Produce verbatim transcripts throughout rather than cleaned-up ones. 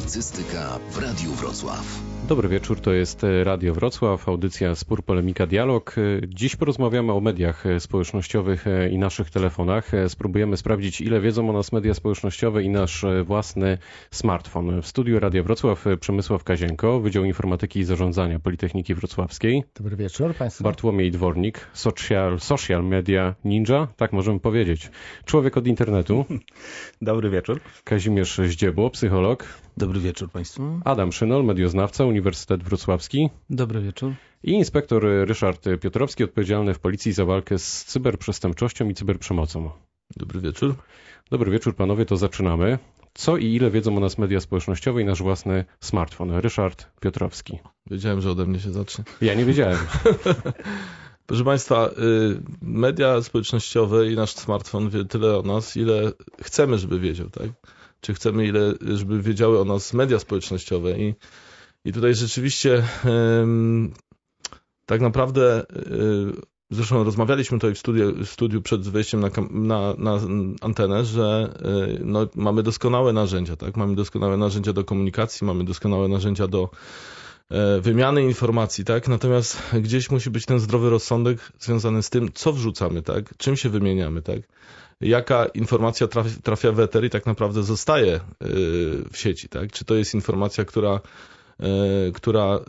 Publicystyka w Radiu Wrocław. Dobry wieczór, to jest Radio Wrocław, audycja Spór, Polemika, Dialog. Dziś porozmawiamy o mediach społecznościowych i naszych telefonach. Spróbujemy sprawdzić, ile wiedzą o nas media społecznościowe i nasz własny smartfon. W studiu Radia Wrocław Przemysław Kazienko, Wydział Informatyki i Zarządzania Politechniki Wrocławskiej. Dobry wieczór Państwu. Bartłomiej Dwornik, social, social media ninja, tak możemy powiedzieć. Człowiek od internetu. Dobry wieczór. Kazimierz Zdziebło, psycholog. Dobry wieczór Państwu. Adam Szynol, medioznawca, Uniwersytet Wrocławski. Dobry wieczór. I inspektor Ryszard Piotrowski, odpowiedzialny w Policji za walkę z cyberprzestępczością i cyberprzemocą. Dobry wieczór. Dobry wieczór panowie, to zaczynamy. Co i ile wiedzą o nas media społecznościowe i nasz własny smartfon? Ryszard Piotrowski. Wiedziałem, że ode mnie się zacznie. Ja nie wiedziałem. Proszę Państwa, media społecznościowe i nasz smartfon wie tyle o nas, ile chcemy, żeby wiedział, tak? Czy chcemy, ile, żeby wiedziały o nas media społecznościowe. I, i tutaj rzeczywiście ym, tak naprawdę, yy, zresztą rozmawialiśmy tutaj w studiu, w studiu przed wejściem na, na, na antenę, że yy, no, mamy doskonałe narzędzia, tak? Mamy doskonałe narzędzia do komunikacji, mamy doskonałe narzędzia do yy, wymiany informacji, tak? Natomiast gdzieś musi być ten zdrowy rozsądek związany z tym, co wrzucamy, tak? Czym się wymieniamy, tak? Jaka informacja trafia, trafia w eter i tak naprawdę zostaje w sieci, tak? Czy to jest informacja, która, która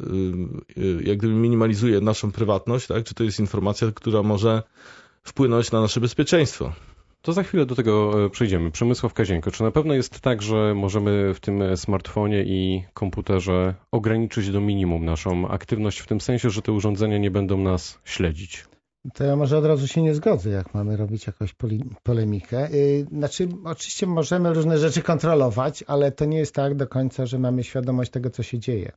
jak gdyby minimalizuje naszą prywatność, tak? Czy to jest informacja, która może wpłynąć na nasze bezpieczeństwo? To za chwilę do tego przejdziemy. Przemysław Kazienko, czy na pewno jest tak, że możemy w tym smartfonie i komputerze ograniczyć do minimum naszą aktywność w tym sensie, że te urządzenia nie będą nas śledzić? To ja może od razu się nie zgodzę, jak mamy robić jakąś polemikę. Znaczy, oczywiście możemy różne rzeczy kontrolować, ale to nie jest tak do końca, że mamy świadomość tego, co się dzieje.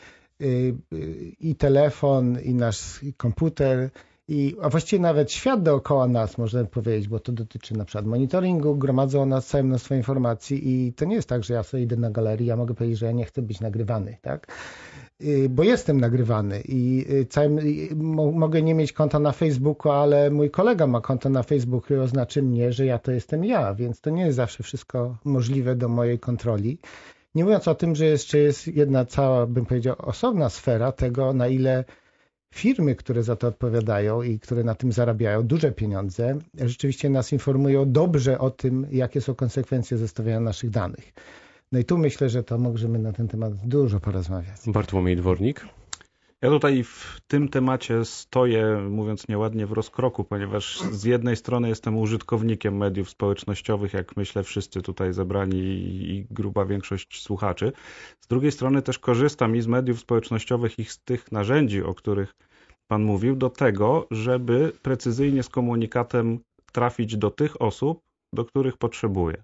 I telefon, i nasz komputer, i, a właściwie nawet świat dookoła nas, możemy powiedzieć, bo to dotyczy na przykład monitoringu, gromadzą o nas całe mnóstwo informacji i to nie jest tak, że ja sobie idę na galerię, ja mogę powiedzieć, że ja nie chcę być nagrywany, tak? Bo jestem nagrywany i całym, mogę nie mieć konta na Facebooku, ale mój kolega ma konto na Facebooku i oznaczy mnie, że ja to jestem ja, więc to nie jest zawsze wszystko możliwe do mojej kontroli. Nie mówiąc o tym, że jeszcze jest jedna cała, bym powiedział, osobna sfera tego, na ile firmy, które za to odpowiadają i które na tym zarabiają duże pieniądze, rzeczywiście nas informują dobrze o tym, jakie są konsekwencje zostawiania naszych danych. No i tu myślę, że to możemy na ten temat dużo porozmawiać. Bartłomiej Dwornik. Ja tutaj w tym temacie stoję, mówiąc nieładnie, w rozkroku, ponieważ z jednej strony jestem użytkownikiem mediów społecznościowych, jak myślę wszyscy tutaj zebrani i gruba większość słuchaczy. Z drugiej strony też korzystam i z mediów społecznościowych i z tych narzędzi, o których Pan mówił, do tego, żeby precyzyjnie z komunikatem trafić do tych osób, do których potrzebuję.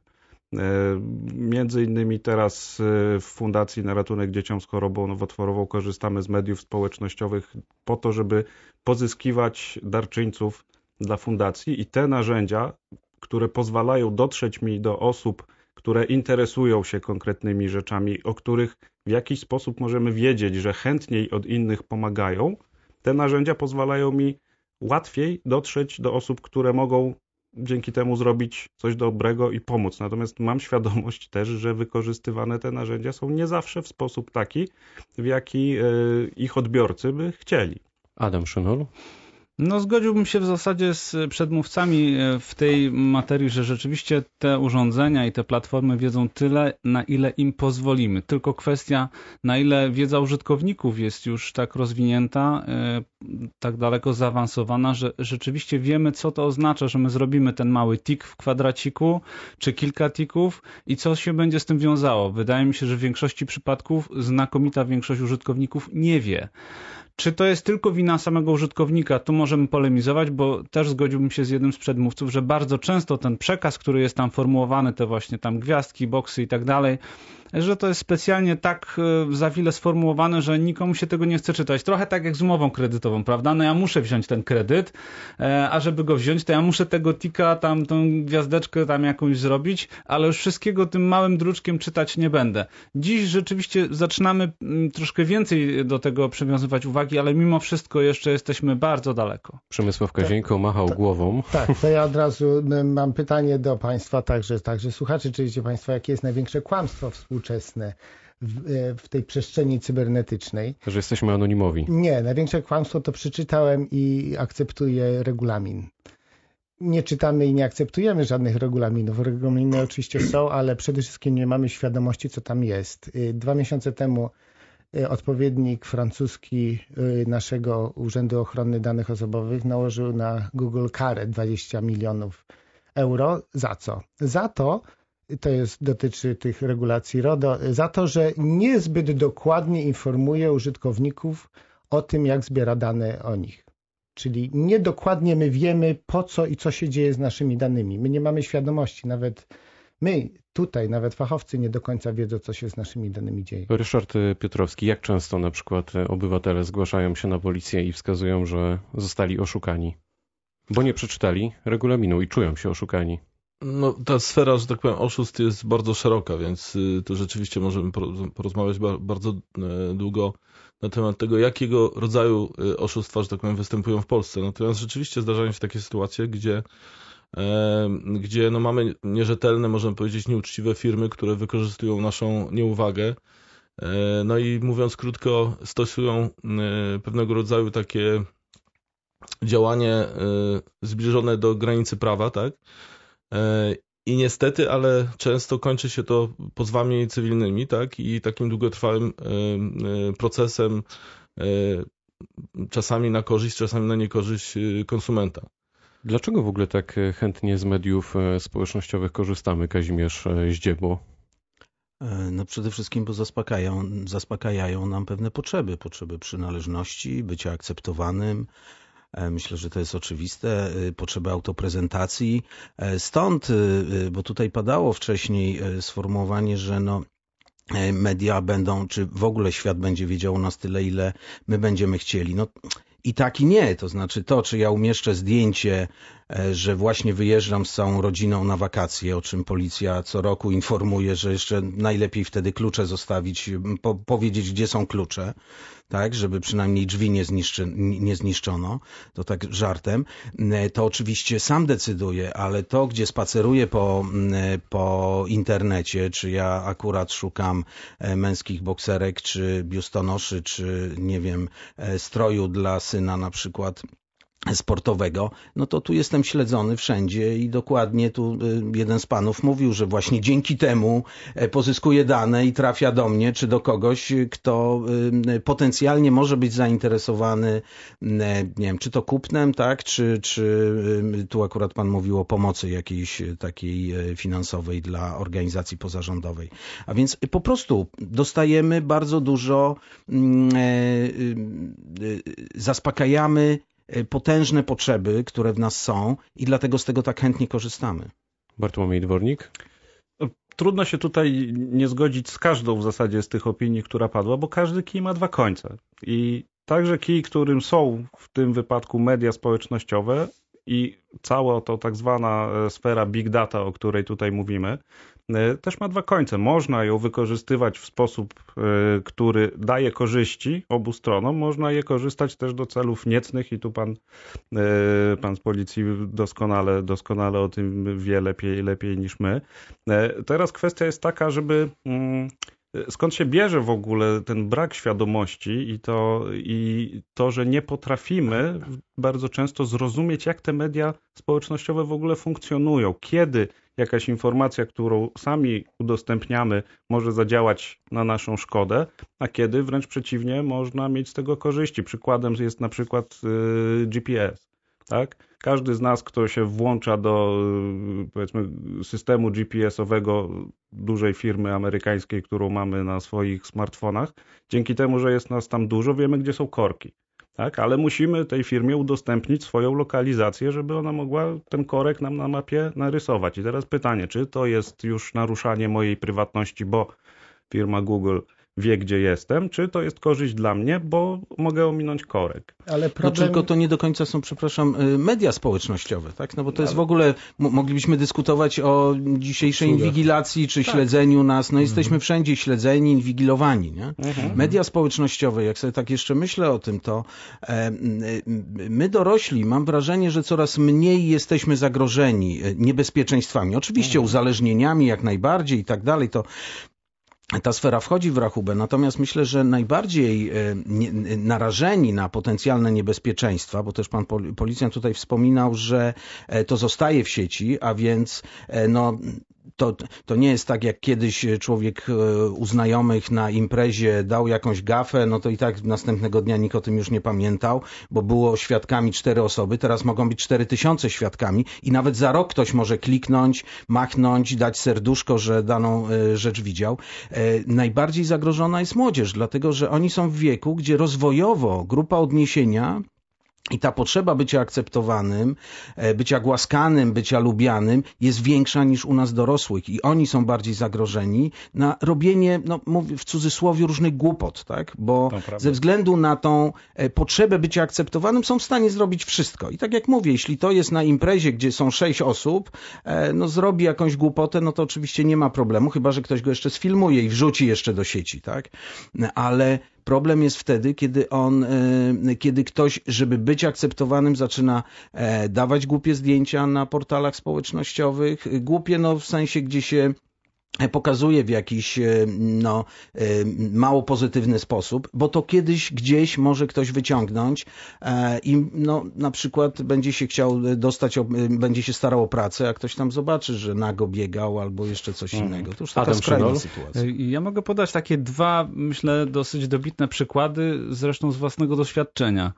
Między innymi teraz w Fundacji na Ratunek Dzieciom z Chorobą Nowotworową korzystamy z mediów społecznościowych po to, żeby pozyskiwać darczyńców dla fundacji i te narzędzia, które pozwalają dotrzeć mi do osób, które interesują się konkretnymi rzeczami, o których w jakiś sposób możemy wiedzieć, że chętniej od innych pomagają, te narzędzia pozwalają mi łatwiej dotrzeć do osób, które mogą dzięki temu zrobić coś dobrego i pomóc. Natomiast mam świadomość też, że wykorzystywane te narzędzia są nie zawsze w sposób taki, w jaki ich odbiorcy by chcieli. Adam Szynol. No zgodziłbym się w zasadzie z przedmówcami w tej materii, że rzeczywiście te urządzenia i te platformy wiedzą tyle, na ile im pozwolimy. Tylko kwestia, na ile wiedza użytkowników jest już tak rozwinięta, tak daleko zaawansowana, że rzeczywiście wiemy, co to oznacza, że my zrobimy ten mały tik w kwadraciku, czy kilka tików i co się będzie z tym wiązało. Wydaje mi się, że w większości przypadków znakomita większość użytkowników nie wie. Czy to jest tylko wina samego użytkownika? Tu możemy polemizować, bo też zgodziłbym się z jednym z przedmówców, że bardzo często ten przekaz, który jest tam formułowany, te właśnie tam gwiazdki, boksy i tak dalej, że to jest specjalnie tak za wiele sformułowane, że nikomu się tego nie chce czytać. Trochę tak jak z umową kredytową, prawda? No ja muszę wziąć ten kredyt, a żeby go wziąć, to ja muszę tego tika, tam tą gwiazdeczkę tam jakąś zrobić, ale już wszystkiego tym małym druczkiem czytać nie będę. Dziś rzeczywiście zaczynamy troszkę więcej do tego przywiązywać uwagi, ale mimo wszystko jeszcze jesteśmy bardzo daleko. Przemysław Kazienko machał to, głową. Tak, to ja od razu mam pytanie do Państwa, także, także słuchaczy, czy wiecie Państwo, jakie jest największe kłamstwo współczesne w, w tej przestrzeni cybernetycznej. Że jesteśmy anonimowi. Nie, największe kłamstwo to przeczytałem i akceptuję regulamin. Nie czytamy i nie akceptujemy żadnych regulaminów. Regulaminy oczywiście są, ale przede wszystkim nie mamy świadomości, co tam jest. Dwa miesiące temu odpowiednik francuski naszego Urzędu Ochrony Danych Osobowych nałożył na Google karę dwadzieścia milionów euro. Za co? Za to, to jest, dotyczy tych regulacji RODO, za to, że niezbyt dokładnie informuje użytkowników o tym, jak zbiera dane o nich. Czyli niedokładnie my wiemy, po co i co się dzieje z naszymi danymi. My nie mamy świadomości, nawet my tutaj, nawet fachowcy nie do końca wiedzą, co się z naszymi danymi dzieje. Ryszard Piotrowski, jak często na przykład obywatele zgłaszają się na policję i wskazują, że zostali oszukani? Bo nie przeczytali regulaminu i czują się oszukani. No, ta sfera, że tak powiem, oszustw jest bardzo szeroka, więc tu rzeczywiście możemy porozmawiać bardzo długo na temat tego, jakiego rodzaju oszustwa, że tak powiem, występują w Polsce. Natomiast rzeczywiście zdarzają się takie sytuacje, gdzie, gdzie no mamy nierzetelne, możemy powiedzieć, nieuczciwe firmy, które wykorzystują naszą nieuwagę. No i mówiąc krótko, stosują pewnego rodzaju takie działanie zbliżone do granicy prawa, tak? I niestety, ale często kończy się to pozwami cywilnymi, tak? I takim długotrwałym procesem, czasami na korzyść, czasami na niekorzyść konsumenta. Dlaczego w ogóle tak chętnie z mediów społecznościowych korzystamy, Kazimierz Zdziebo? No przede wszystkim, bo zaspokajają, zaspokajają nam pewne potrzeby, potrzeby przynależności, bycia akceptowanym. Myślę, że to jest oczywiste, potrzeby autoprezentacji. Stąd, bo tutaj padało wcześniej sformułowanie, że no media będą, czy w ogóle świat będzie wiedział o nas tyle, ile my będziemy chcieli. No i tak i nie, to znaczy to, czy ja umieszczę zdjęcie, że właśnie wyjeżdżam z całą rodziną na wakacje, o czym policja co roku informuje, że jeszcze najlepiej wtedy klucze zostawić, po, powiedzieć, gdzie są klucze, tak, żeby przynajmniej drzwi nie, zniszczy, nie zniszczono, to tak żartem, to oczywiście sam decyduję, ale to, gdzie spaceruję po, po internecie, czy ja akurat szukam męskich bokserek, czy biustonoszy, czy nie wiem, stroju dla syna na przykład sportowego, no to tu jestem śledzony wszędzie i dokładnie tu jeden z panów mówił, że właśnie dzięki temu pozyskuje dane i trafia do mnie, czy do kogoś, kto potencjalnie może być zainteresowany, nie wiem, czy to kupnem, tak, czy, czy tu akurat pan mówił o pomocy jakiejś takiej finansowej dla organizacji pozarządowej. A więc po prostu dostajemy bardzo dużo, zaspokajamy potężne potrzeby, które w nas są i dlatego z tego tak chętnie korzystamy. Bartłomiej Dwornik? Trudno się tutaj nie zgodzić z każdą w zasadzie z tych opinii, która padła, bo każdy kij ma dwa końce. I także kij, którym są w tym wypadku media społecznościowe i cała to tak zwana sfera big data, o której tutaj mówimy, też ma dwa końce. Można ją wykorzystywać w sposób, który daje korzyści obu stronom. Można je korzystać też do celów niecnych i tu pan, pan z policji doskonale, doskonale o tym wie lepiej, lepiej niż my. Teraz kwestia jest taka, żeby skąd się bierze w ogóle ten brak świadomości i to, i to, że nie potrafimy bardzo często zrozumieć, jak te media społecznościowe w ogóle funkcjonują. Kiedy jakaś informacja, którą sami udostępniamy, może zadziałać na naszą szkodę, a kiedy wręcz przeciwnie, można mieć z tego korzyści. Przykładem jest na przykład G P S. Tak? Każdy z nas, kto się włącza do, powiedzmy, systemu G P S-owego dużej firmy amerykańskiej, którą mamy na swoich smartfonach, dzięki temu, że jest nas tam dużo, wiemy, gdzie są korki. Tak? Ale musimy tej firmie udostępnić swoją lokalizację, żeby ona mogła ten korek nam na mapie narysować. I teraz pytanie, czy to jest już naruszanie mojej prywatności, bo firma Google wie, gdzie jestem, czy to jest korzyść dla mnie, bo mogę ominąć korek. Ale problem... No tylko to nie do końca są, przepraszam, media społecznościowe, tak? No bo to jest w ogóle, moglibyśmy dyskutować o dzisiejszej inwigilacji, czy tak. śledzeniu nas, no jesteśmy mhm. wszędzie śledzeni, inwigilowani, nie? Mhm. Media społecznościowe, jak sobie tak jeszcze myślę o tym, to e, my dorośli, mam wrażenie, że coraz mniej jesteśmy zagrożeni niebezpieczeństwami. Oczywiście mhm. uzależnieniami jak najbardziej i tak dalej, to ta sfera wchodzi w rachubę, natomiast myślę, że najbardziej narażeni na potencjalne niebezpieczeństwa, bo też pan policjant tutaj wspominał, że to zostaje w sieci, a więc no, to, to nie jest tak, jak kiedyś człowiek u znajomych na imprezie dał jakąś gafę, no to i tak następnego dnia nikt o tym już nie pamiętał, bo było świadkami cztery osoby, teraz mogą być cztery tysiące świadkami i nawet za rok ktoś może kliknąć, machnąć, dać serduszko, że daną rzecz widział. Najbardziej zagrożona jest młodzież, dlatego że oni są w wieku, gdzie rozwojowo grupa odniesienia i ta potrzeba bycia akceptowanym, bycia głaskanym, bycia lubianym jest większa niż u nas dorosłych i oni są bardziej zagrożeni na robienie, no mówię w cudzysłowie, różnych głupot, tak? Bo ze względu na tą potrzebę bycia akceptowanym są w stanie zrobić wszystko. I tak jak mówię, jeśli to jest na imprezie, gdzie są sześć osób, no zrobi jakąś głupotę, no to oczywiście nie ma problemu, chyba że ktoś go jeszcze sfilmuje i wrzuci jeszcze do sieci, tak? Ale problem jest wtedy, kiedy on, kiedy ktoś, żeby być akceptowanym, zaczyna dawać głupie zdjęcia na portalach społecznościowych. Głupie, no w sensie, gdzie się pokazuje w jakiś no, mało pozytywny sposób, bo to kiedyś gdzieś może ktoś wyciągnąć i no, na przykład będzie się chciał dostać, będzie się starał o pracę, a ktoś tam zobaczy, że nago biegał albo jeszcze coś innego. To już taka skrajna sytuacja. Ja mogę podać takie dwa, myślę, dosyć dobitne przykłady, zresztą z własnego doświadczenia.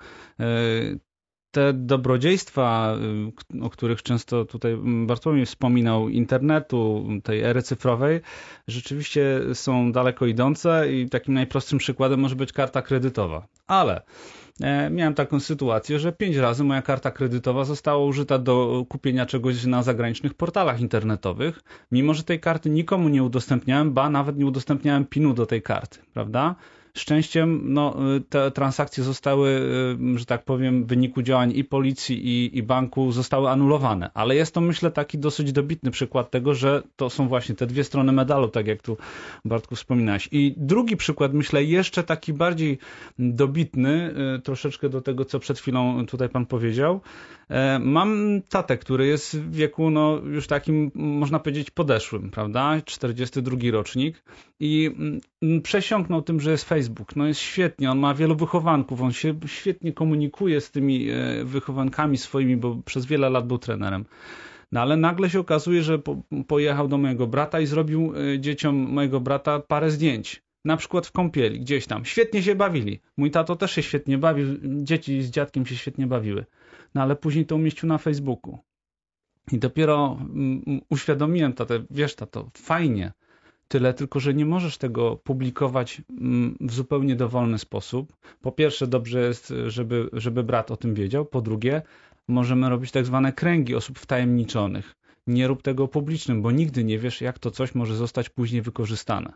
Te dobrodziejstwa, o których często tutaj Bartłomiej wspominał, internetu, tej ery cyfrowej, rzeczywiście są daleko idące i takim najprostszym przykładem może być karta kredytowa. Ale miałem taką sytuację, że pięć razy moja karta kredytowa została użyta do kupienia czegoś na zagranicznych portalach internetowych, mimo że tej karty nikomu nie udostępniałem, ba nawet nie udostępniałem pinu do tej karty, prawda? Szczęściem no, te transakcje zostały, że tak powiem, w wyniku działań i policji, i, i banku zostały anulowane. Ale jest to, myślę, taki dosyć dobitny przykład tego, że to są właśnie te dwie strony medalu, tak jak tu, Bartku, wspominałeś. I drugi przykład, myślę, jeszcze taki bardziej dobitny, troszeczkę do tego, co przed chwilą tutaj pan powiedział. Mam tatę, który jest w wieku no, już takim, można powiedzieć, podeszłym, prawda? czterdziesty drugi rocznik i przesiąknął tym, że jest Facebook. No jest świetnie, on ma wielu wychowanków, on się świetnie komunikuje z tymi wychowankami swoimi, bo przez wiele lat był trenerem. No ale nagle się okazuje, że po, pojechał do mojego brata i zrobił dzieciom mojego brata parę zdjęć. Na przykład w kąpieli, gdzieś tam. Świetnie się bawili. Mój tato też się świetnie bawił, dzieci z dziadkiem się świetnie bawiły. No ale później to umieścił na Facebooku. I dopiero um, uświadomiłem tatę, wiesz tato, fajnie, tyle tylko, że nie możesz tego publikować um, w zupełnie dowolny sposób. Po pierwsze dobrze jest, żeby, żeby brat o tym wiedział. Po drugie, możemy robić tak zwane kręgi osób wtajemniczonych. Nie rób tego publicznym, bo nigdy nie wiesz, jak to coś może zostać później wykorzystane.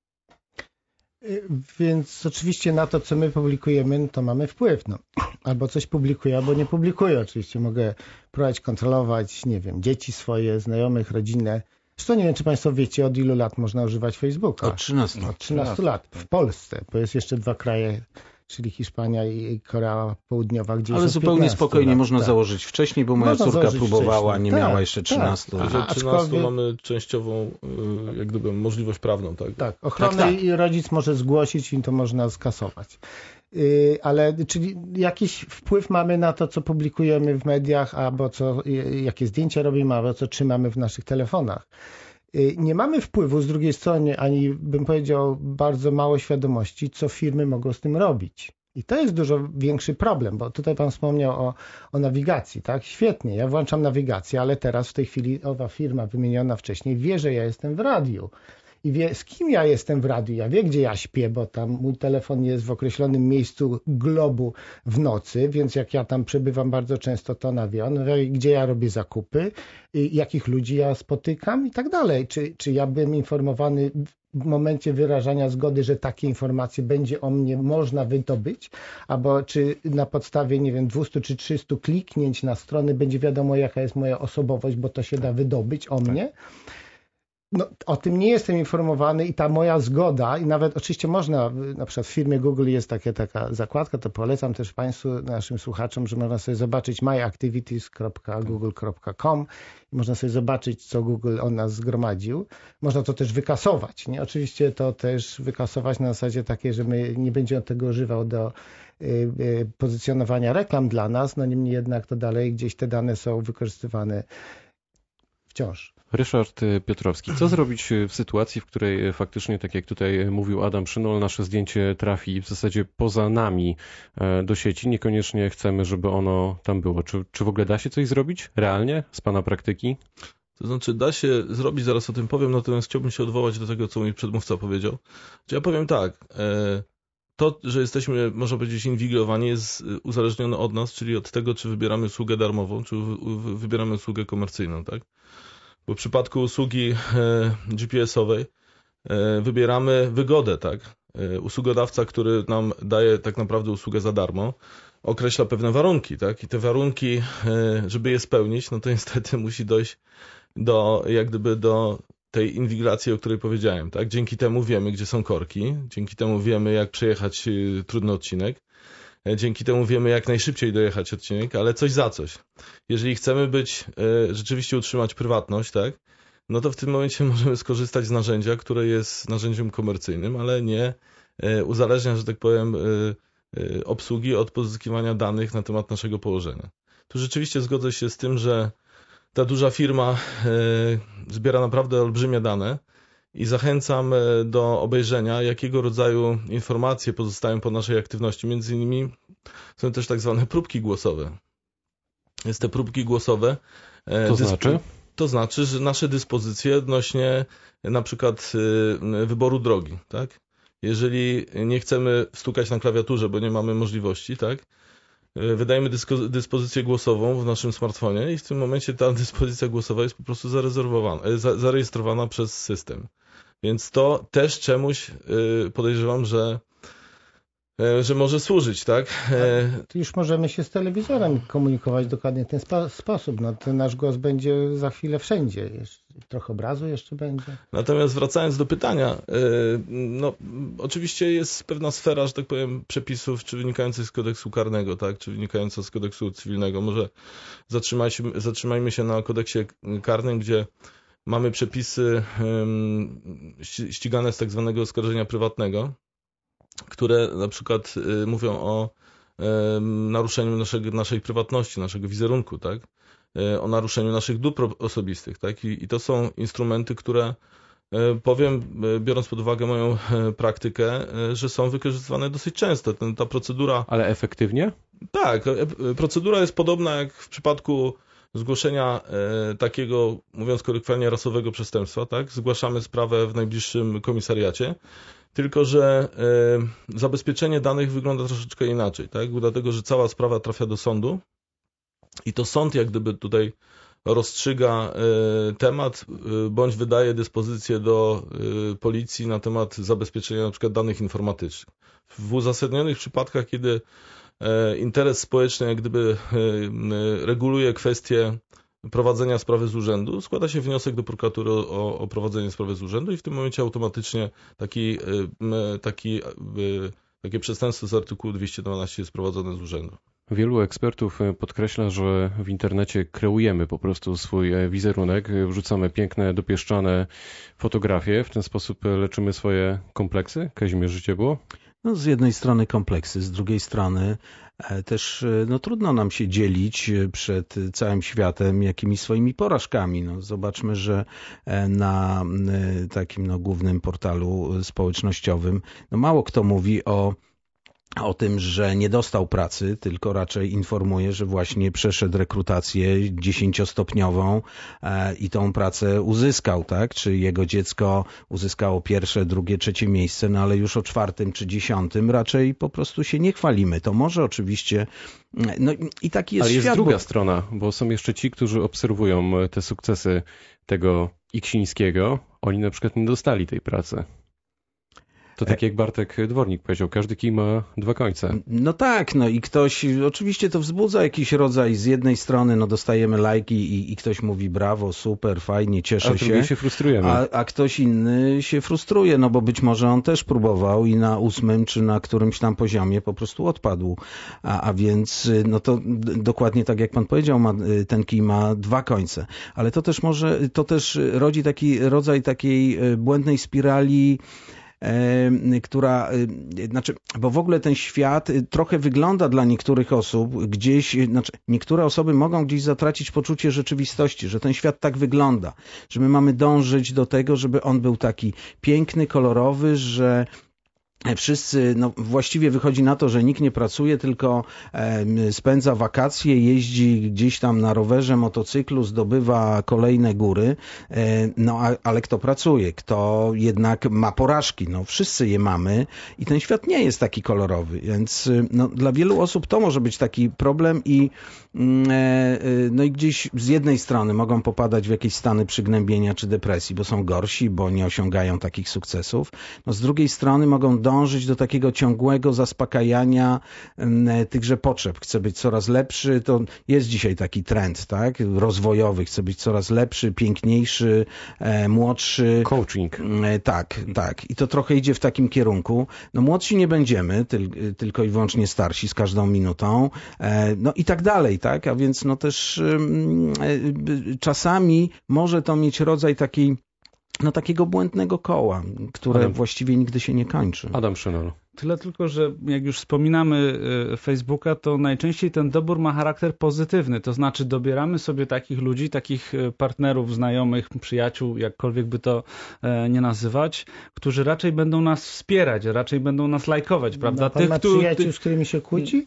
Więc oczywiście na to, co my publikujemy, to mamy wpływ. No. Albo coś publikuję, albo nie publikuję. Oczywiście mogę próbować kontrolować, nie wiem, dzieci swoje, znajomych, rodzinę. Zresztą nie wiem, czy państwo wiecie, od ilu lat można używać Facebooka. Od trzynastu. Od trzynastu lat. W Polsce, bo jest jeszcze dwa kraje, czyli Hiszpania i Korea Południowa, gdzie ale zupełnie spokojnie lat, można tak. założyć wcześniej, bo moja można córka próbowała, wcześniej. nie tak, miała jeszcze trzynastu. Tak. Że trzynastu mamy częściową jak gdyby możliwość prawną. Tak, tak. ochronę tak, tak. i rodzic może zgłosić i to można skasować. Yy, ale czyli jakiś wpływ mamy na to, co publikujemy w mediach, albo co, jakie zdjęcia robimy, albo co trzymamy w naszych telefonach. Nie mamy wpływu z drugiej strony, ani bym powiedział bardzo mało świadomości, co firmy mogą z tym robić. I to jest dużo większy problem, bo tutaj pan wspomniał o, o nawigacji, tak? Świetnie, ja włączam nawigację, ale teraz w tej chwili owa firma wymieniona wcześniej wie, że ja jestem w radiu. I wie, z kim ja jestem w radiu. Ja wiem, gdzie ja śpię, bo tam mój telefon jest w określonym miejscu globu w nocy, więc jak ja tam przebywam bardzo często, to ona wie, on wie, gdzie ja robię zakupy, jakich ludzi ja spotykam i tak dalej. Czy, czy ja byłem informowany w momencie wyrażania zgody, że takie informacje będzie o mnie można wydobyć, albo czy na podstawie, nie wiem, dwieście czy trzysta kliknięć na strony będzie wiadomo, jaka jest moja osobowość, bo to się da wydobyć o mnie. No, o tym nie jestem informowany i ta moja zgoda, i nawet oczywiście można, na przykład w firmie Google jest takie, taka zakładka, to polecam też Państwu, naszym słuchaczom, że można sobie zobaczyć my activities kropka google kropka com i można sobie zobaczyć, co Google o nas zgromadził. Można to też wykasować, nie? Oczywiście to też wykasować na zasadzie takiej, że my nie będziemy tego używał do y, y, pozycjonowania reklam dla nas, no niemniej jednak to dalej gdzieś te dane są wykorzystywane wciąż. Ryszard Piotrowski, co zrobić w sytuacji, w której faktycznie, tak jak tutaj mówił Adam Szynol, nasze zdjęcie trafi w zasadzie poza nami do sieci, niekoniecznie chcemy, żeby ono tam było. Czy, czy w ogóle da się coś zrobić realnie z Pana praktyki? To znaczy da się zrobić, zaraz o tym powiem, natomiast chciałbym się odwołać do tego, co mój przedmówca powiedział. Ja powiem tak, to, że jesteśmy, można powiedzieć, inwigilowani, jest uzależnione od nas, czyli od tego, czy wybieramy usługę darmową, czy wybieramy usługę komercyjną, tak? Bo w przypadku usługi G P S-owej wybieramy wygodę, tak? Usługodawca, który nam daje tak naprawdę usługę za darmo, określa pewne warunki, tak? I te warunki, żeby je spełnić, no to niestety musi dojść do, jak gdyby do tej inwigilacji, o której powiedziałem, tak? Dzięki temu wiemy, gdzie są korki, dzięki temu wiemy, jak przejechać trudny odcinek, dzięki temu wiemy, jak najszybciej dojechać odcinek, ale coś za coś. Jeżeli chcemy być, rzeczywiście utrzymać prywatność, tak, no to w tym momencie możemy skorzystać z narzędzia, które jest narzędziem komercyjnym, ale nie uzależnia, że tak powiem, obsługi od pozyskiwania danych na temat naszego położenia. Tu rzeczywiście zgodzę się z tym, że ta duża firma zbiera naprawdę olbrzymie dane i zachęcam do obejrzenia, jakiego rodzaju informacje pozostają po naszej aktywności. Między innymi są też tak zwane próbki głosowe. Jest te próbki głosowe. To znaczy? To znaczy, że nasze dyspozycje odnośnie na przykład wyboru drogi, tak? Jeżeli nie chcemy stukać na klawiaturze, bo nie mamy możliwości, tak? Wydajemy dyspozycję głosową w naszym smartfonie i w tym momencie ta dyspozycja głosowa jest po prostu zarezerwowana, zarejestrowana przez system. Więc to też czemuś podejrzewam, że, że może służyć, tak? To już możemy się z telewizorem komunikować dokładnie w ten spo- sposób. No, ten nasz głos będzie za chwilę wszędzie. Jeszcze, trochę obrazu jeszcze będzie. Natomiast wracając do pytania, no oczywiście jest pewna sfera, że tak powiem, przepisów, czy wynikających z kodeksu karnego, tak? Czy wynikająca z kodeksu cywilnego. Może zatrzymajmy, zatrzymajmy się na kodeksie karnym, gdzie mamy przepisy ścigane z tak zwanego oskarżenia prywatnego, które na przykład mówią o naruszeniu naszego, naszej prywatności, naszego wizerunku, tak? O naruszeniu naszych dóbr osobistych, tak? I, i to są instrumenty, które powiem, biorąc pod uwagę moją praktykę, że są wykorzystywane dosyć często. Ten, ta procedura... Ale efektywnie? Tak, procedura jest podobna jak w przypadku zgłoszenia takiego, mówiąc kolokwialnie, rasowego przestępstwa, tak? Zgłaszamy sprawę w najbliższym komisariacie, tylko że zabezpieczenie danych wygląda troszeczkę inaczej, tak? Dlatego, że cała sprawa trafia do sądu i to sąd jak gdyby tutaj rozstrzyga temat, bądź wydaje dyspozycję do policji na temat zabezpieczenia na przykład danych informatycznych. W uzasadnionych przypadkach, kiedy interes społeczny jak gdyby reguluje kwestię prowadzenia sprawy z urzędu, składa się wniosek do prokuratury o, o prowadzenie sprawy z urzędu i w tym momencie automatycznie taki, taki, takie przestępstwo z artykułu dwieście dwanaście jest prowadzone z urzędu. Wielu ekspertów podkreśla, że w internecie kreujemy po prostu swój wizerunek, wrzucamy piękne, dopieszczane fotografie, w ten sposób leczymy swoje kompleksy? Kazimierz Życiebło? No, z jednej strony kompleksy, z drugiej strony też no, trudno nam się dzielić przed całym światem jakimiś swoimi porażkami. No, zobaczmy, że na takim no, głównym portalu społecznościowym no, mało kto mówi o o tym, że nie dostał pracy, tylko raczej informuje, że właśnie przeszedł rekrutację dziesięciostopniową i tą pracę uzyskał, tak? Czy jego dziecko uzyskało pierwsze, drugie, trzecie miejsce, no ale już o czwartym czy dziesiątym raczej po prostu się nie chwalimy. To może oczywiście, no i taki jest Ale jest świat, druga bo... strona, bo są jeszcze ci, którzy obserwują te sukcesy tego Iksińskiego. Oni na przykład nie dostali tej pracy. To tak jak Bartek Dwornik powiedział, każdy kij ma dwa końce. No tak, no i ktoś, oczywiście to wzbudza jakiś rodzaj, z jednej strony no dostajemy lajki i, i ktoś mówi brawo, super, fajnie, cieszę a się. A się frustrujemy. A, a ktoś inny się frustruje, no bo być może on też próbował i na ósmym czy na którymś tam poziomie po prostu odpadł. A, a więc no to dokładnie tak jak pan powiedział, ma, ten kij ma dwa końce. Ale to też może, to też rodzi taki rodzaj takiej błędnej spirali, która, znaczy, bo w ogóle ten świat trochę wygląda dla niektórych osób gdzieś, znaczy niektóre osoby mogą gdzieś zatracić poczucie rzeczywistości, że ten świat tak wygląda, że my mamy dążyć do tego, żeby on był taki piękny, kolorowy, że wszyscy, no właściwie wychodzi na to, że nikt nie pracuje, tylko e, spędza wakacje, jeździ gdzieś tam na rowerze, motocyklu, zdobywa kolejne góry, e, no a, ale kto pracuje, kto jednak ma porażki, no wszyscy je mamy i ten świat nie jest taki kolorowy, więc no, dla wielu osób to może być taki problem i e, no i gdzieś z jednej strony mogą popadać w jakieś stany przygnębienia czy depresji, bo są gorsi, bo nie osiągają takich sukcesów, no z drugiej strony mogą dążyć do takiego ciągłego zaspokajania tychże potrzeb. Chce być coraz lepszy, to jest dzisiaj taki trend, tak, rozwojowy, chce być coraz lepszy, piękniejszy, e, młodszy. Coaching. E, tak, tak. I to trochę idzie w takim kierunku. No młodsi nie będziemy, tyl, tylko i wyłącznie starsi z każdą minutą. E, no i tak dalej, tak, a więc no też e, czasami może to mieć rodzaj takiej no takiego błędnego koła, które Adam, właściwie nigdy się nie kończy. Adam Szynol. Tyle tylko, że jak już wspominamy Facebooka, to najczęściej ten dobór ma charakter pozytywny. To znaczy dobieramy sobie takich ludzi, takich partnerów, znajomych, przyjaciół, jakkolwiek by to nie nazywać, którzy raczej będą nas wspierać, raczej będą nas lajkować, prawda? Ma pan Tych, ma którzy... przyjaciół, z którymi się kłóci?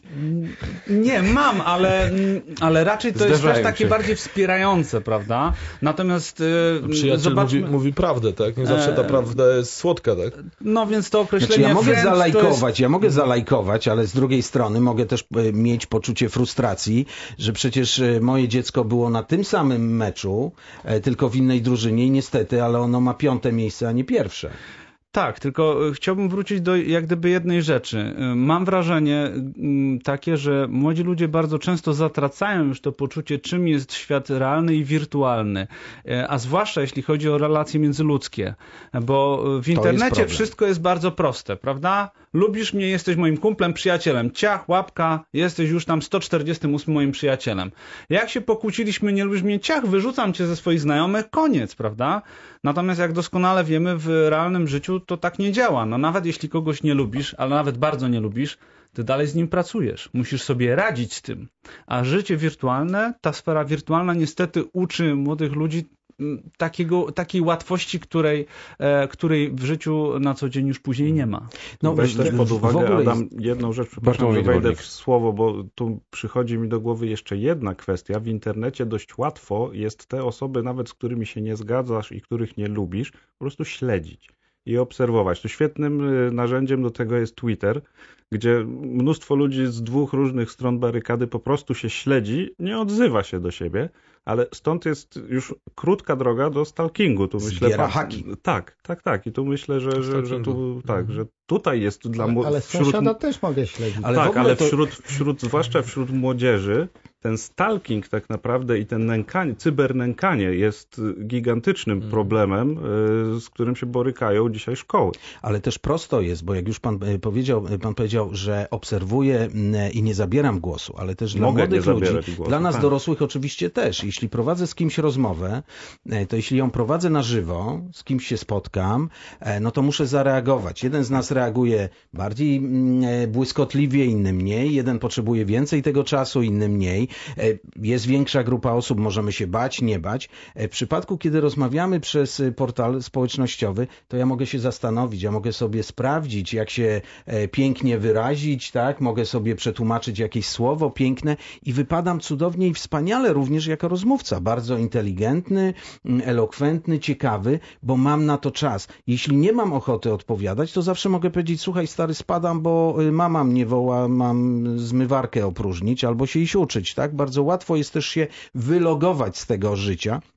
Nie, mam, ale, ale raczej to Zdarzają jest też takie się. bardziej wspierające, prawda? Natomiast Przyjaciel zobaczmy... mówi, mówi prawdę, tak? Nie zawsze ta prawda jest słodka, tak? No więc to określenie... Znaczy, ja mogę friend zalajkować, jest... ja mogę zalajkować, ale z drugiej strony mogę też mieć poczucie frustracji, że przecież moje dziecko było na tym samym meczu, tylko w innej drużynie i niestety, ale ono ma piąte miejsce, a nie pierwsze. Tak, tylko chciałbym wrócić do jak gdyby jednej rzeczy. Mam wrażenie takie, że młodzi ludzie bardzo często zatracają już to poczucie, czym jest świat realny i wirtualny, a zwłaszcza jeśli chodzi o relacje międzyludzkie, bo w internecie jest wszystko jest bardzo proste, prawda? Lubisz mnie, jesteś moim kumplem, przyjacielem. Ciach, łapka, jesteś już tam sto czterdziestym ósmym moim przyjacielem. Jak się pokłóciliśmy, nie lubisz mnie, ciach, wyrzucam cię ze swoich znajomych, koniec, prawda? Natomiast jak doskonale wiemy, w realnym życiu to tak nie działa. No nawet jeśli kogoś nie lubisz, ale nawet bardzo nie lubisz, ty dalej z nim pracujesz. Musisz sobie radzić z tym. A życie wirtualne, ta sfera wirtualna niestety uczy młodych ludzi takiego, takiej łatwości, której, e, której w życiu na co dzień już później nie ma. No, weź też pod uwagę, Adam, jest... jedną rzecz, przepraszam, że wejdę w słowo, bo tu przychodzi mi do głowy jeszcze jedna kwestia. W internecie dość łatwo jest te osoby, nawet z którymi się nie zgadzasz i których nie lubisz, po prostu śledzić i obserwować. To świetnym narzędziem do tego jest Twitter, gdzie mnóstwo ludzi z dwóch różnych stron barykady po prostu się śledzi, nie odzywa się do siebie, ale stąd jest już krótka droga do stalkingu. Tu myślę, Zbiera haki. Tak, tak, tak. I tu myślę, że, że, że, tu, tak, że tutaj jest dla młodych... Ale sąsiada też mogę śledzić. Ale tak, ale to... wśród, wśród, zwłaszcza wśród młodzieży, ten stalking tak naprawdę i ten nękanie, cybernękanie jest gigantycznym hmm. problemem, z którym się borykają dzisiaj szkoły. Ale też prosto jest, bo jak już pan powiedział, pan powiedział, że obserwuję i nie zabieram głosu, ale też dla Mogę młodych ludzi, głosu, dla nas tak. dorosłych oczywiście też. Jeśli prowadzę z kimś rozmowę, to jeśli ją prowadzę na żywo, z kimś się spotkam, no to muszę zareagować. Jeden z nas reaguje bardziej błyskotliwie, inny mniej. Jeden potrzebuje więcej tego czasu, inny mniej. Jest większa grupa osób, możemy się bać, nie bać. W przypadku, kiedy rozmawiamy przez portal społecznościowy, to ja mogę się zastanowić, ja mogę sobie sprawdzić, jak się pięknie wyrazić, tak? Mogę sobie przetłumaczyć jakieś słowo piękne i wypadam cudownie i wspaniale również jako rozmówca. Bardzo inteligentny, elokwentny, ciekawy, bo mam na to czas. Jeśli nie mam ochoty odpowiadać, to zawsze mogę powiedzieć, słuchaj stary, spadam, bo mama mnie woła, mam zmywarkę opróżnić albo się iść uczyć, tak? Bardzo łatwo jest też się wylogować z tego życia.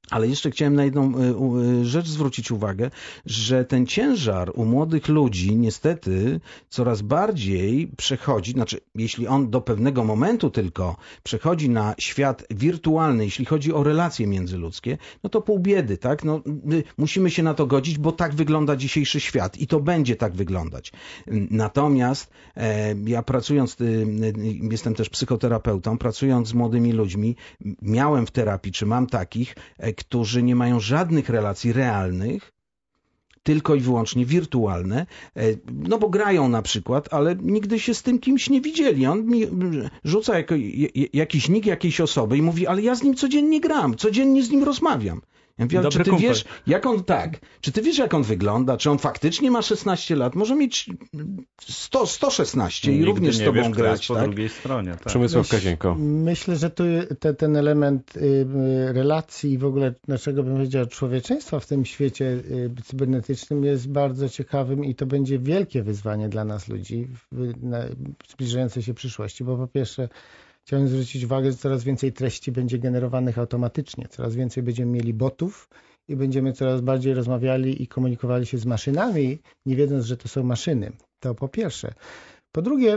Ale jeszcze chciałem na jedną rzecz zwrócić uwagę, że ten ciężar u młodych ludzi niestety coraz bardziej przechodzi, znaczy jeśli on do pewnego momentu tylko przechodzi na świat wirtualny, jeśli chodzi o relacje międzyludzkie, no to pół biedy, tak? No, musimy się na to godzić, bo tak wygląda dzisiejszy świat i to będzie tak wyglądać. Natomiast e, ja pracując, e, jestem też psychoterapeutą, pracując z młodymi ludźmi, miałem w terapii, czy mam takich, e, którzy nie mają żadnych relacji realnych, tylko i wyłącznie wirtualne, no bo grają na przykład, ale nigdy się z tym kimś nie widzieli. On mi rzuca jako, jakiś nick jakiejś osoby i mówi, ale ja z nim codziennie gram, codziennie z nim rozmawiam. Ja mówię, czy ty wiesz, jak on tak, czy ty wiesz, jak on wygląda, czy on faktycznie ma szesnaście lat, może mieć sto, sto szesnaście i również z tobą wiesz, grać. Po tak? drugiej stronie. Tak. Przemysław Kazienko. Myślę, że tu te, ten element y, relacji i w ogóle naszego, bym powiedział, człowieczeństwa w tym świecie y, cybernetycznym jest bardzo ciekawym i to będzie wielkie wyzwanie dla nas ludzi w na, zbliżającej się przyszłości, bo po pierwsze chciałem zwrócić uwagę, że coraz więcej treści będzie generowanych automatycznie. Coraz więcej będziemy mieli botów i będziemy coraz bardziej rozmawiali i komunikowali się z maszynami, nie wiedząc, że to są maszyny. To po pierwsze. Po drugie,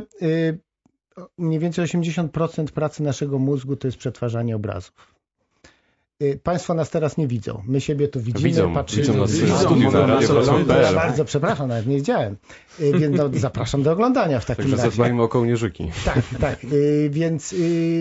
mniej więcej osiemdziesiąt procent pracy naszego mózgu to jest przetwarzanie obrazów. Państwo nas teraz nie widzą. My siebie tu widzimy, widzą, patrzymy. Widzą nas w studiu na na Radio Ja bardzo przepraszam, nawet nie widziałem. Więc no, zapraszam do oglądania w takim Także razie. zadbajmy o kołnierzyki. Tak, tak. Więc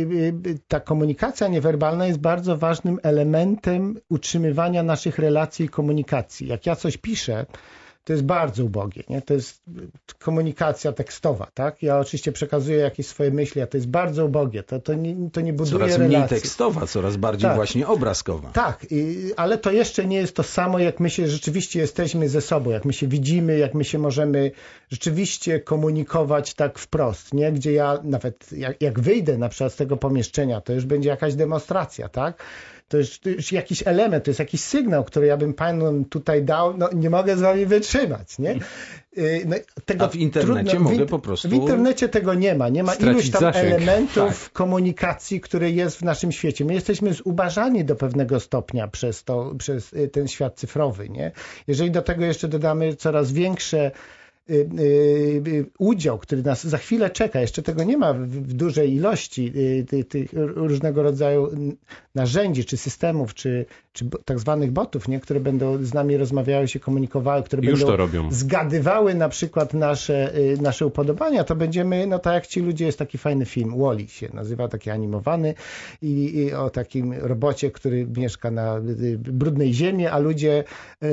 ta komunikacja niewerbalna jest bardzo ważnym elementem utrzymywania naszych relacji i komunikacji. Jak ja coś piszę, to jest bardzo ubogie, nie? To jest komunikacja tekstowa, tak? Ja oczywiście przekazuję jakieś swoje myśli, a to jest bardzo ubogie. To, to, nie, to nie buduje coraz relacji. Coraz mniej tekstowa, coraz bardziej tak. właśnie obrazkowa. Tak, ale to jeszcze nie jest to samo, jak my się rzeczywiście jesteśmy ze sobą, jak my się widzimy, jak my się możemy rzeczywiście komunikować tak wprost, nie? Gdzie ja nawet, jak, jak wyjdę na przykład z tego pomieszczenia, to już będzie jakaś demonstracja, tak? To już, to już jakiś element, to jest jakiś sygnał, który ja bym panom tutaj dał, no nie mogę z wami wytrzymać, nie? No, tego A w internecie trudno, mogę w, po prostu... W internecie tego nie ma, nie ma iluś tam zasięg. elementów tak. komunikacji, które jest w naszym świecie. My jesteśmy zubażani do pewnego stopnia przez, to, przez ten świat cyfrowy, nie? Jeżeli do tego jeszcze dodamy coraz większe udział, który nas za chwilę czeka, jeszcze tego nie ma w dużej ilości tych różnego rodzaju narzędzi, czy systemów, czy, czy tak zwanych botów, nie? Które będą z nami rozmawiały, się komunikowały, które Już będą to robią. zgadywały na przykład nasze, nasze upodobania, to będziemy, no tak jak ci ludzie, jest taki fajny film, Wall-E się nazywa, taki animowany i, i o takim robocie, który mieszka na brudnej ziemi, a ludzie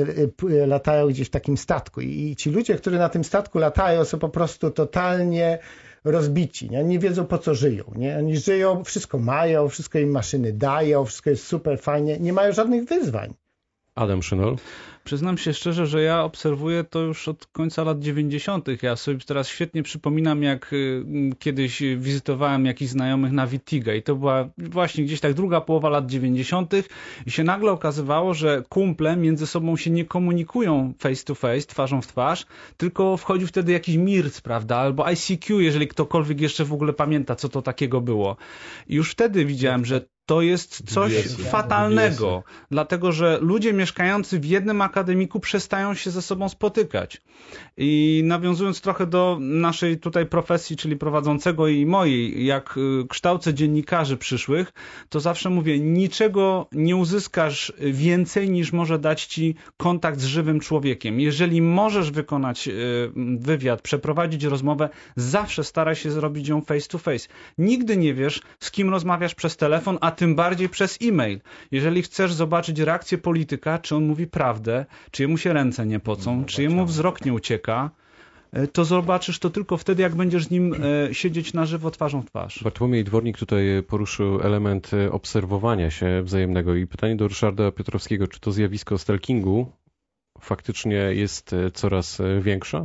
latają gdzieś w takim statku i ci ludzie, którzy na tym statku latają, są po prostu totalnie rozbici, nie? Nie wiedzą, po co żyją, nie? Oni żyją, wszystko mają, wszystko im maszyny dają, wszystko jest super fajnie, nie mają żadnych wyzwań. Adam Szynol. Przyznam się szczerze, że ja obserwuję to już od końca lat dziewięćdziesiątych. Ja sobie teraz świetnie przypominam, jak kiedyś wizytowałem jakichś znajomych na Wittiga i to była właśnie gdzieś tak druga połowa lat dziewięćdziesiątych i się nagle okazywało, że kumple między sobą się nie komunikują face to face, twarzą w twarz, tylko wchodził wtedy jakiś Mirc, prawda, albo I C Q, jeżeli ktokolwiek jeszcze w ogóle pamięta, co to takiego było. I już wtedy widziałem, że to jest coś Wiesy. fatalnego, Wiesy. dlatego że ludzie mieszkający w jednym akademiku przestają się ze sobą spotykać. I nawiązując trochę do naszej tutaj profesji, czyli prowadzącego i mojej, jak kształcę dziennikarzy przyszłych, to zawsze mówię, niczego nie uzyskasz więcej niż może dać ci kontakt z żywym człowiekiem. Jeżeli możesz wykonać wywiad, przeprowadzić rozmowę, zawsze staraj się zrobić ją face to face. Nigdy nie wiesz, z kim rozmawiasz przez telefon, a tym bardziej przez e-mail. Jeżeli chcesz zobaczyć reakcję polityka, czy on mówi prawdę, czy jemu się ręce nie pocą, no, czy jemu wzrok nie ucieka, to zobaczysz to tylko wtedy, jak będziesz z nim siedzieć na żywo twarzą w twarz. Bartłomiej Dwornik tutaj poruszył element obserwowania się wzajemnego i pytanie do Ryszarda Piotrowskiego, czy to zjawisko stalkingu faktycznie jest coraz większe?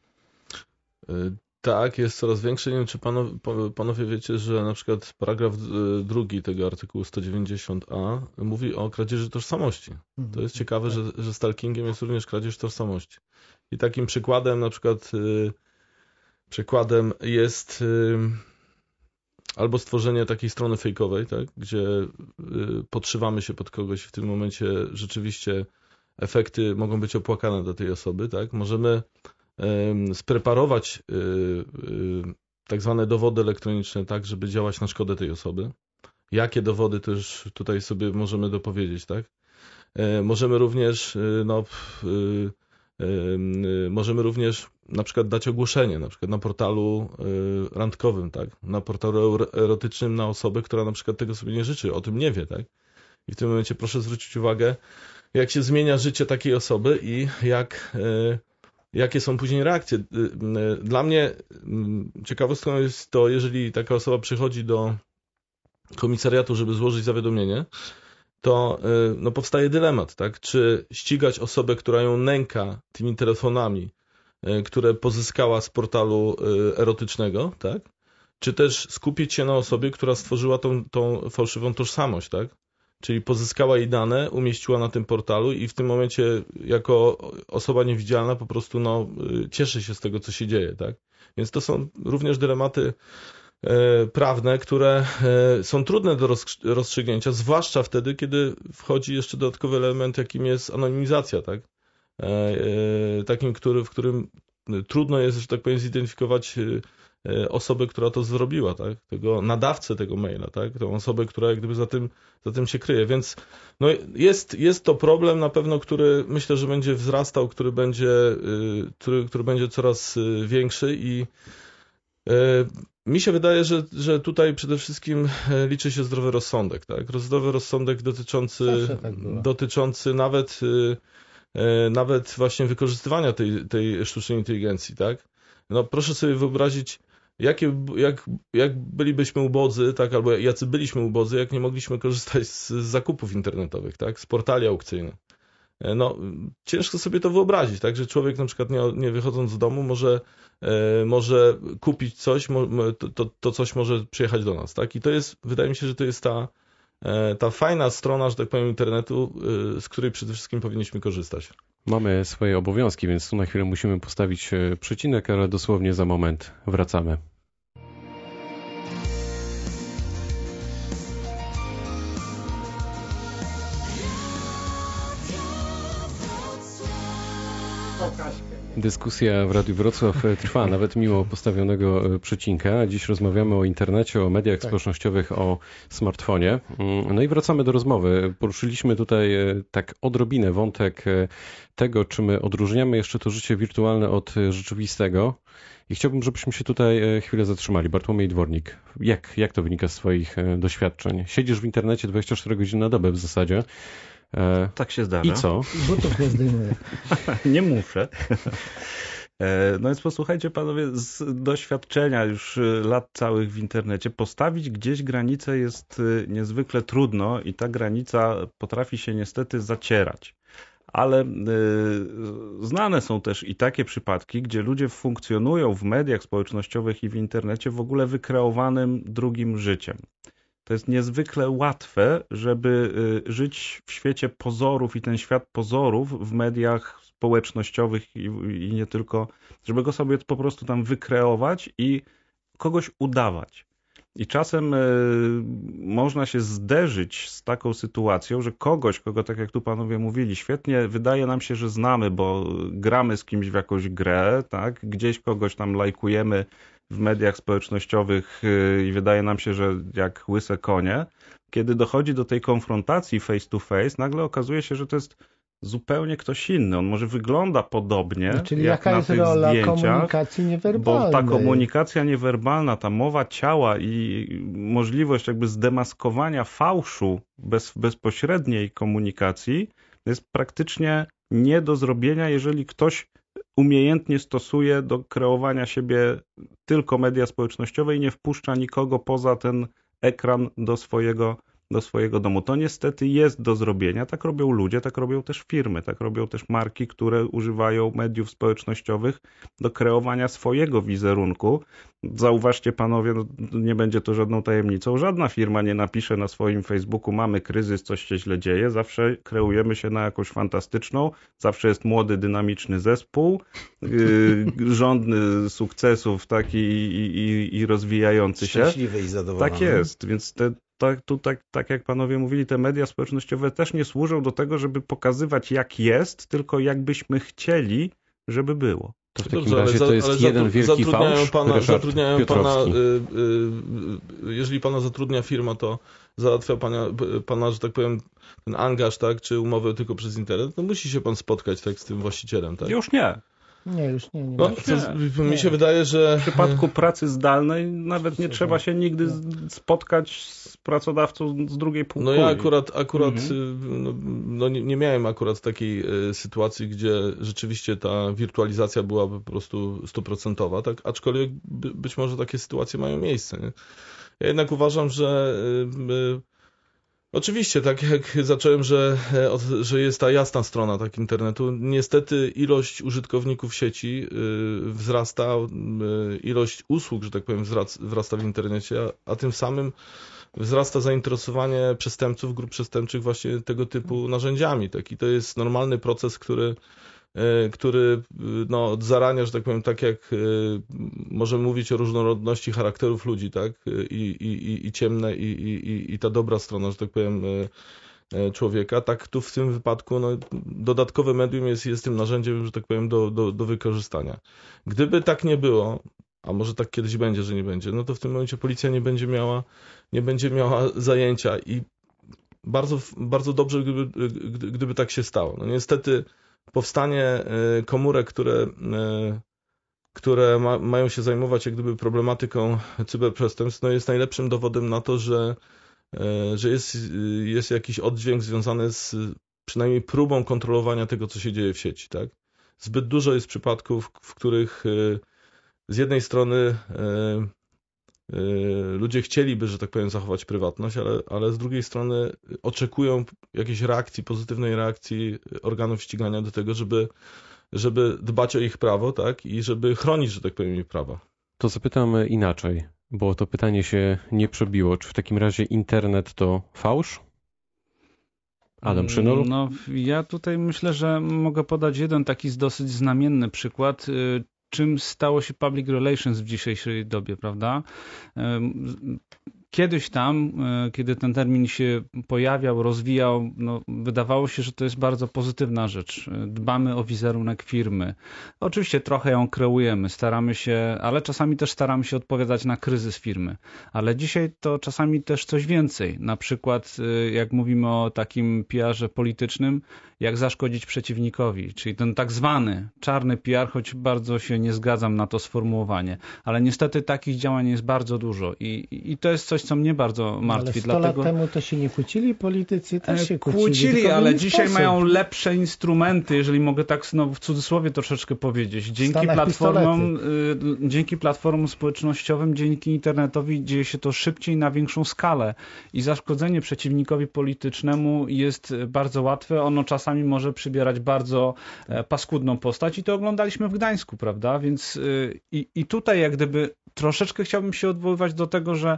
Tak, jest coraz większe. Nie wiem, czy panowie, panowie wiecie, że na przykład paragraf drugi tego artykułu sto dziewięćdziesiąt a mówi o kradzieży tożsamości. To jest ciekawe, że, że stalkingiem jest również kradzież tożsamości. I takim przykładem na przykład yy, przykładem jest yy, albo stworzenie takiej strony fejkowej, tak, gdzie y, podszywamy się pod kogoś i w tym momencie rzeczywiście efekty mogą być opłakane dla tej osoby, tak. Możemy y, spreparować y, y, tak zwane dowody elektroniczne, tak, żeby działać na szkodę tej osoby. Jakie dowody też tutaj sobie możemy dopowiedzieć, tak? Y, możemy również, y, no, y, Możemy również na przykład dać ogłoszenie, na przykład na portalu randkowym, tak? Na portalu erotycznym na osobę, która na przykład tego sobie nie życzy, o tym nie wie, tak? I w tym momencie proszę zwrócić uwagę, jak się zmienia życie takiej osoby i jak, jakie są później reakcje. Dla mnie ciekawostką jest to, jeżeli taka osoba przychodzi do komisariatu, żeby złożyć zawiadomienie, to no, powstaje dylemat, tak? Czy ścigać osobę, która ją nęka tymi telefonami, które pozyskała z portalu erotycznego, tak? Czy też skupić się na osobie, która stworzyła tą, tą fałszywą tożsamość, tak? Czyli pozyskała jej dane, umieściła na tym portalu i w tym momencie jako osoba niewidzialna po prostu no, cieszy się z tego, co się dzieje, tak? Więc to są również dylematy prawne, które są trudne do rozstrzygnięcia, zwłaszcza wtedy, kiedy wchodzi jeszcze dodatkowy element, jakim jest anonimizacja, tak? Takim, który, w którym trudno jest, że tak powiem, zidentyfikować osobę, która to zrobiła, tak? Tego nadawcę tego maila, tak? Tą osobę, która jak gdyby za tym, za tym się kryje. Więc no jest, jest to problem na pewno, który myślę, że będzie wzrastał, który będzie, który, który będzie coraz większy i mi się wydaje, że, że tutaj przede wszystkim liczy się zdrowy rozsądek, tak? Zdrowy rozsądek dotyczący, tak dotyczący nawet, nawet właśnie wykorzystywania tej, tej sztucznej inteligencji, tak? No proszę sobie wyobrazić, jakie, jak, jak bylibyśmy ubodzy, tak? Albo jacy byliśmy ubodzy, jak nie mogliśmy korzystać z zakupów internetowych, tak? Z portali aukcyjnych. No, ciężko sobie to wyobrazić, tak, że człowiek na przykład nie, nie wychodząc z domu może, e, może kupić coś, mo, to, to, to coś może przyjechać do nas, tak, i to jest, wydaje mi się, że to jest ta, e, ta fajna strona, że tak powiem, internetu, e, z której przede wszystkim powinniśmy korzystać. Mamy swoje obowiązki, więc tu na chwilę musimy postawić przecinek, ale dosłownie za moment wracamy. Dyskusja w Radiu Wrocław trwa, nawet mimo postawionego przecinka. Dziś rozmawiamy o internecie, o mediach tak. społecznościowych, o smartfonie. No i wracamy do rozmowy. Poruszyliśmy tutaj tak odrobinę wątek tego, czy my odróżniamy jeszcze to życie wirtualne od rzeczywistego. I chciałbym, żebyśmy się tutaj chwilę zatrzymali. Bartłomiej Dwornik, jak, jak to wynika z twoich doświadczeń? Siedzisz w internecie dwadzieścia cztery godziny na dobę w zasadzie. Tak się zdarza. I co? Butów nie zdejmuję. Nie muszę. No więc posłuchajcie panowie, z doświadczenia już lat całych w internecie, postawić gdzieś granicę jest niezwykle trudno i ta granica potrafi się niestety zacierać. Ale znane są też i takie przypadki, gdzie ludzie funkcjonują w mediach społecznościowych i w internecie w ogóle wykreowanym drugim życiem. To jest niezwykle łatwe, żeby żyć w świecie pozorów i ten świat pozorów w mediach społecznościowych i, i nie tylko, żeby go sobie po prostu tam wykreować i kogoś udawać. I czasem y, można się zderzyć z taką sytuacją, że kogoś, kogo tak jak tu panowie mówili, świetnie wydaje nam się, że znamy, bo gramy z kimś w jakąś grę, tak? Gdzieś kogoś tam lajkujemy w mediach społecznościowych i wydaje nam się, że jak łyse konie, kiedy dochodzi do tej konfrontacji face to face, nagle okazuje się, że to jest zupełnie ktoś inny. On może wygląda podobnie, no, czyli jak jaka na jest tych rola zdjęciach, komunikacji niewerbalnej? bo ta komunikacja niewerbalna, ta mowa ciała i możliwość jakby zdemaskowania fałszu bez, bezpośredniej komunikacji jest praktycznie nie do zrobienia, jeżeli ktoś umiejętnie stosuje do kreowania siebie tylko media społecznościowe i nie wpuszcza nikogo poza ten ekran do swojego do swojego domu. To niestety jest do zrobienia. Tak robią ludzie, tak robią też firmy, tak robią też marki, które używają mediów społecznościowych do kreowania swojego wizerunku. Zauważcie panowie, no, nie będzie to żadną tajemnicą. Żadna firma nie napisze na swoim Facebooku: mamy kryzys, coś się źle dzieje. Zawsze kreujemy się na jakąś fantastyczną, zawsze jest młody, dynamiczny zespół, yy, żądny sukcesów, tak, i, i, i rozwijający się. Szczęśliwy i zadowolony. Tak jest, więc te, tak, tu, tak, tak jak panowie mówili, te media społecznościowe też nie służą do tego, żeby pokazywać, jak jest, tylko jakbyśmy chcieli, żeby było. To w takim Dobrze, razie ale to jest ale jeden wielki zatrudniają fałsz. pana, Ryszard zatrudniają pana Piotrowski. y, y, y, jeżeli pana zatrudnia firma, to załatwia pana, pana, że tak powiem, ten angaż, tak, czy umowę tylko przez internet, no musi się pan spotkać, tak, z tym właścicielem, tak? Już nie. Nie, już nie. nie, No, nie. to, mi się wydaje, że W przypadku pracy zdalnej nawet nie trzeba się nigdy spotkać z pracodawcą z drugiej półkuli. no ja akurat, akurat Mhm. no, no nie, nie miałem akurat takiej e, sytuacji, gdzie rzeczywiście ta wirtualizacja była po prostu stuprocentowa, tak? Aczkolwiek by, być może takie sytuacje mają miejsce, nie? Ja jednak uważam, że e, e, oczywiście, tak jak zacząłem, że, e, od, że jest ta jasna strona tak internetu, niestety ilość użytkowników sieci y, wzrasta, y, ilość usług, że tak powiem, wzrac- wzrasta w internecie, a, a tym samym wzrasta zainteresowanie przestępców, grup przestępczych właśnie tego typu narzędziami. Tak? I to jest normalny proces, który, y, który y, no, od zarania, że tak powiem, tak jak y, możemy mówić o różnorodności charakterów ludzi, tak? I, i, i ciemne, i, i, i ta dobra strona, że tak powiem, y, człowieka, tak tu w tym wypadku no, dodatkowe medium jest, jest tym narzędziem, że tak powiem, do, do, do wykorzystania. Gdyby tak nie było, a może tak kiedyś będzie, że nie będzie, no to w tym momencie policja nie będzie miała, nie będzie miała zajęcia i bardzo, bardzo dobrze, gdyby, gdyby tak się stało. No niestety powstanie komórek, które, które ma, mają się zajmować jak gdyby problematyką cyberprzestępstw, no jest najlepszym dowodem na to, że że jest, jest jakiś oddźwięk związany z przynajmniej próbą kontrolowania tego, co się dzieje w sieci. Tak? Zbyt dużo jest przypadków, w których z jednej strony ludzie chcieliby, że tak powiem, zachować prywatność, ale, ale z drugiej strony oczekują jakiejś reakcji, pozytywnej reakcji organów ścigania do tego, żeby, żeby dbać o ich prawo, tak? I żeby chronić, że tak powiem, ich prawa. To zapytam inaczej, bo to pytanie się nie przebiło. Czy w takim razie internet to fałsz? Adam Szynol? No, ja tutaj myślę, że mogę podać jeden taki dosyć znamienny przykład, czym stało się public relations w dzisiejszej dobie, prawda? Kiedyś tam, kiedy ten termin się pojawiał, rozwijał, no, wydawało się, że to jest bardzo pozytywna rzecz. Dbamy o wizerunek firmy. Oczywiście trochę ją kreujemy, staramy się, ale czasami też staramy się odpowiadać na kryzys firmy. Ale dzisiaj to czasami też coś więcej. Na przykład, jak mówimy o takim P R-ze politycznym, jak zaszkodzić przeciwnikowi, czyli ten tak zwany czarny P R, choć bardzo się nie zgadzam na to sformułowanie. Ale niestety takich działań jest bardzo dużo i, i to jest coś, co mnie bardzo martwi. Ale sto dlatego... lat temu to się nie kłócili, politycy też się kłócili. Kłócili, ale dzisiaj sposób. mają lepsze instrumenty, jeżeli mogę tak no, w cudzysłowie troszeczkę powiedzieć. Dzięki Stanach platformom, y, dzięki platformom społecznościowym, dzięki internetowi dzieje się to szybciej na większą skalę i zaszkodzenie przeciwnikowi politycznemu jest bardzo łatwe. Ono czasami może przybierać bardzo e, paskudną postać i to oglądaliśmy w Gdańsku, prawda? Więc y, i, i tutaj jak gdyby troszeczkę chciałbym się odwoływać do tego, że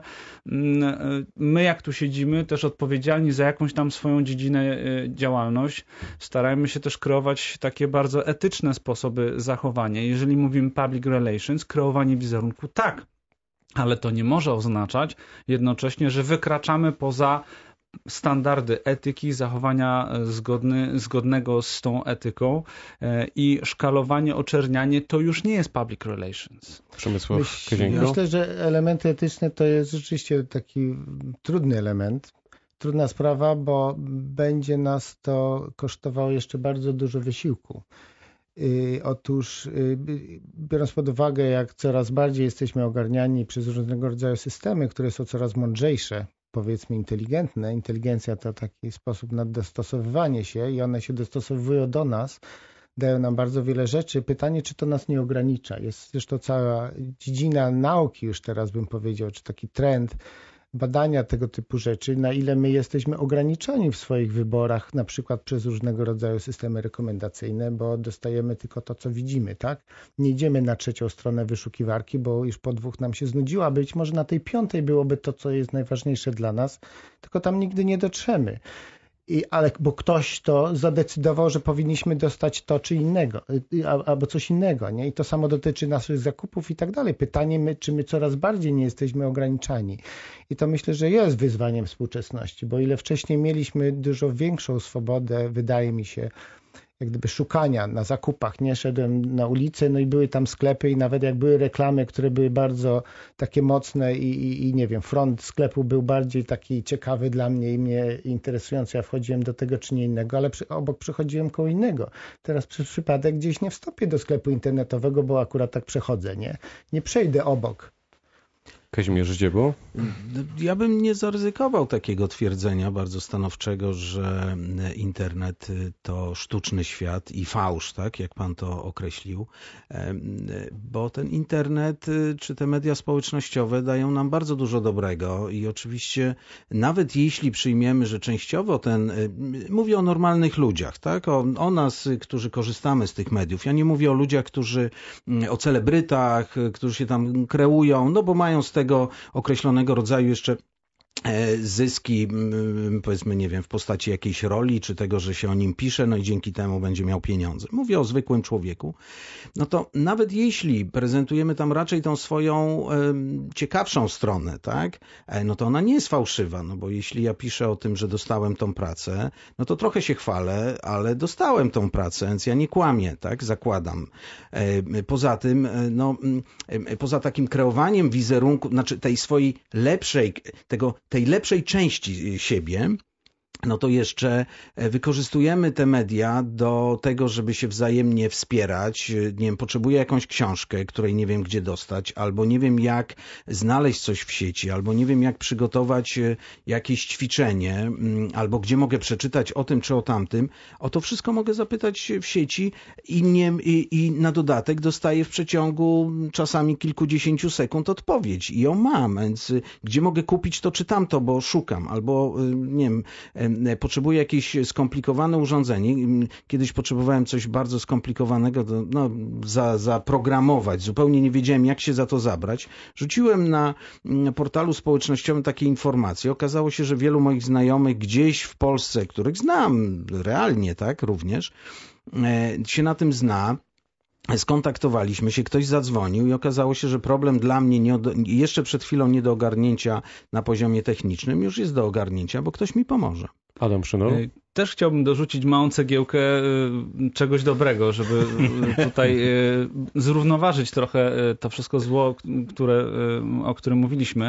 my jak tu siedzimy, też odpowiedzialni za jakąś tam swoją dziedzinę działalność, starajmy się też kreować takie bardzo etyczne sposoby zachowania. Jeżeli mówimy public relations, kreowanie wizerunku, tak, ale to nie może oznaczać jednocześnie, że wykraczamy poza standardy etyki, zachowania zgodny, zgodnego z tą etyką i szkalowanie, oczernianie to już nie jest public relations. Przemysław Myśl, Kazienko? Myślę, że elementy etyczne to jest rzeczywiście taki trudny element, trudna sprawa, bo będzie nas to kosztowało jeszcze bardzo dużo wysiłku. Yy, otóż yy, biorąc pod uwagę, jak coraz bardziej jesteśmy ogarniani przez różnego rodzaju systemy, które są coraz mądrzejsze, powiedzmy inteligentne. Inteligencja to taki sposób na dostosowywanie się i one się dostosowują do nas, dają nam bardzo wiele rzeczy. Pytanie, czy to nas nie ogranicza. Jest zresztą cała dziedzina nauki już teraz bym powiedział, czy taki trend badania tego typu rzeczy, na ile my jesteśmy ograniczeni w swoich wyborach, na przykład przez różnego rodzaju systemy rekomendacyjne, bo dostajemy tylko to, co widzimy, tak? Nie idziemy na trzecią stronę wyszukiwarki, bo już po dwóch nam się znudziła, być może na tej piątej byłoby to, co jest najważniejsze dla nas, tylko tam nigdy nie dotrzemy. I, ale bo ktoś to zadecydował, że powinniśmy dostać to czy innego, albo coś innego, nie? I to samo dotyczy naszych zakupów i tak dalej. Pytanie, my, czy my coraz bardziej nie jesteśmy ograniczani. I to myślę, że jest wyzwaniem współczesności, bo ile wcześniej mieliśmy dużo większą swobodę, wydaje mi się, jak gdyby szukania na zakupach, nie? Szedłem na ulicę, no i były tam sklepy i nawet jak były reklamy, które były bardzo takie mocne i, i, i nie wiem, front sklepu był bardziej taki ciekawy dla mnie i mnie interesujący, ja wchodziłem do tego czy nie innego, ale przy, obok przechodziłem koło innego. Teraz przez przypadek gdzieś nie wstopię do sklepu internetowego, bo akurat tak przechodzę, nie? Nie przejdę obok. Kazimierz Zdziebło? Ja bym nie zaryzykował takiego twierdzenia bardzo stanowczego, że internet to sztuczny świat i fałsz, tak, jak pan to określił, bo ten internet czy te media społecznościowe dają nam bardzo dużo dobrego i oczywiście nawet jeśli przyjmiemy, że częściowo ten, mówię o normalnych ludziach, tak, o, o nas, którzy korzystamy z tych mediów, ja nie mówię o ludziach, którzy, o celebrytach, którzy się tam kreują, no bo mają z tego określonego rodzaju jeszcze zyski, powiedzmy, nie wiem, w postaci jakiejś roli, czy tego, że się o nim pisze, no i dzięki temu będzie miał pieniądze. Mówię o zwykłym człowieku. No to nawet jeśli prezentujemy tam raczej tą swoją e, ciekawszą stronę, tak, e, no to ona nie jest fałszywa, no bo jeśli ja piszę o tym, że dostałem tą pracę, no to trochę się chwalę, ale dostałem tą pracę, więc ja nie kłamię, tak, zakładam. E, poza tym, e, no, e, poza takim kreowaniem wizerunku, znaczy tej swojej lepszej, tego tej lepszej części siebie, no to jeszcze wykorzystujemy te media do tego, żeby się wzajemnie wspierać. Nie wiem, potrzebuję jakąś książkę, której nie wiem gdzie dostać, albo nie wiem jak znaleźć coś w sieci, albo nie wiem jak przygotować jakieś ćwiczenie, albo gdzie mogę przeczytać o tym czy o tamtym. O to wszystko mogę zapytać w sieci i, nie, i, i na dodatek dostaję w przeciągu czasami kilkudziesięciu sekund odpowiedź i ją mam, więc gdzie mogę kupić to czy tamto, bo szukam, albo nie wiem, potrzebuję jakieś skomplikowane urządzenie. Kiedyś potrzebowałem coś bardzo skomplikowanego, to, no, za, zaprogramować. Zupełnie nie wiedziałem, jak się za to zabrać. Rzuciłem na portalu społecznościowym takie informacje. Okazało się, że wielu moich znajomych gdzieś w Polsce, których znam realnie, tak, również, się na tym zna. Skontaktowaliśmy się, ktoś zadzwonił i okazało się, że problem dla mnie nie od... jeszcze przed chwilą nie do ogarnięcia na poziomie technicznym już jest do ogarnięcia, bo ktoś mi pomoże. Adam Przynor? Też chciałbym dorzucić małą cegiełkę czegoś dobrego, żeby tutaj zrównoważyć trochę to wszystko zło, które, o którym mówiliśmy.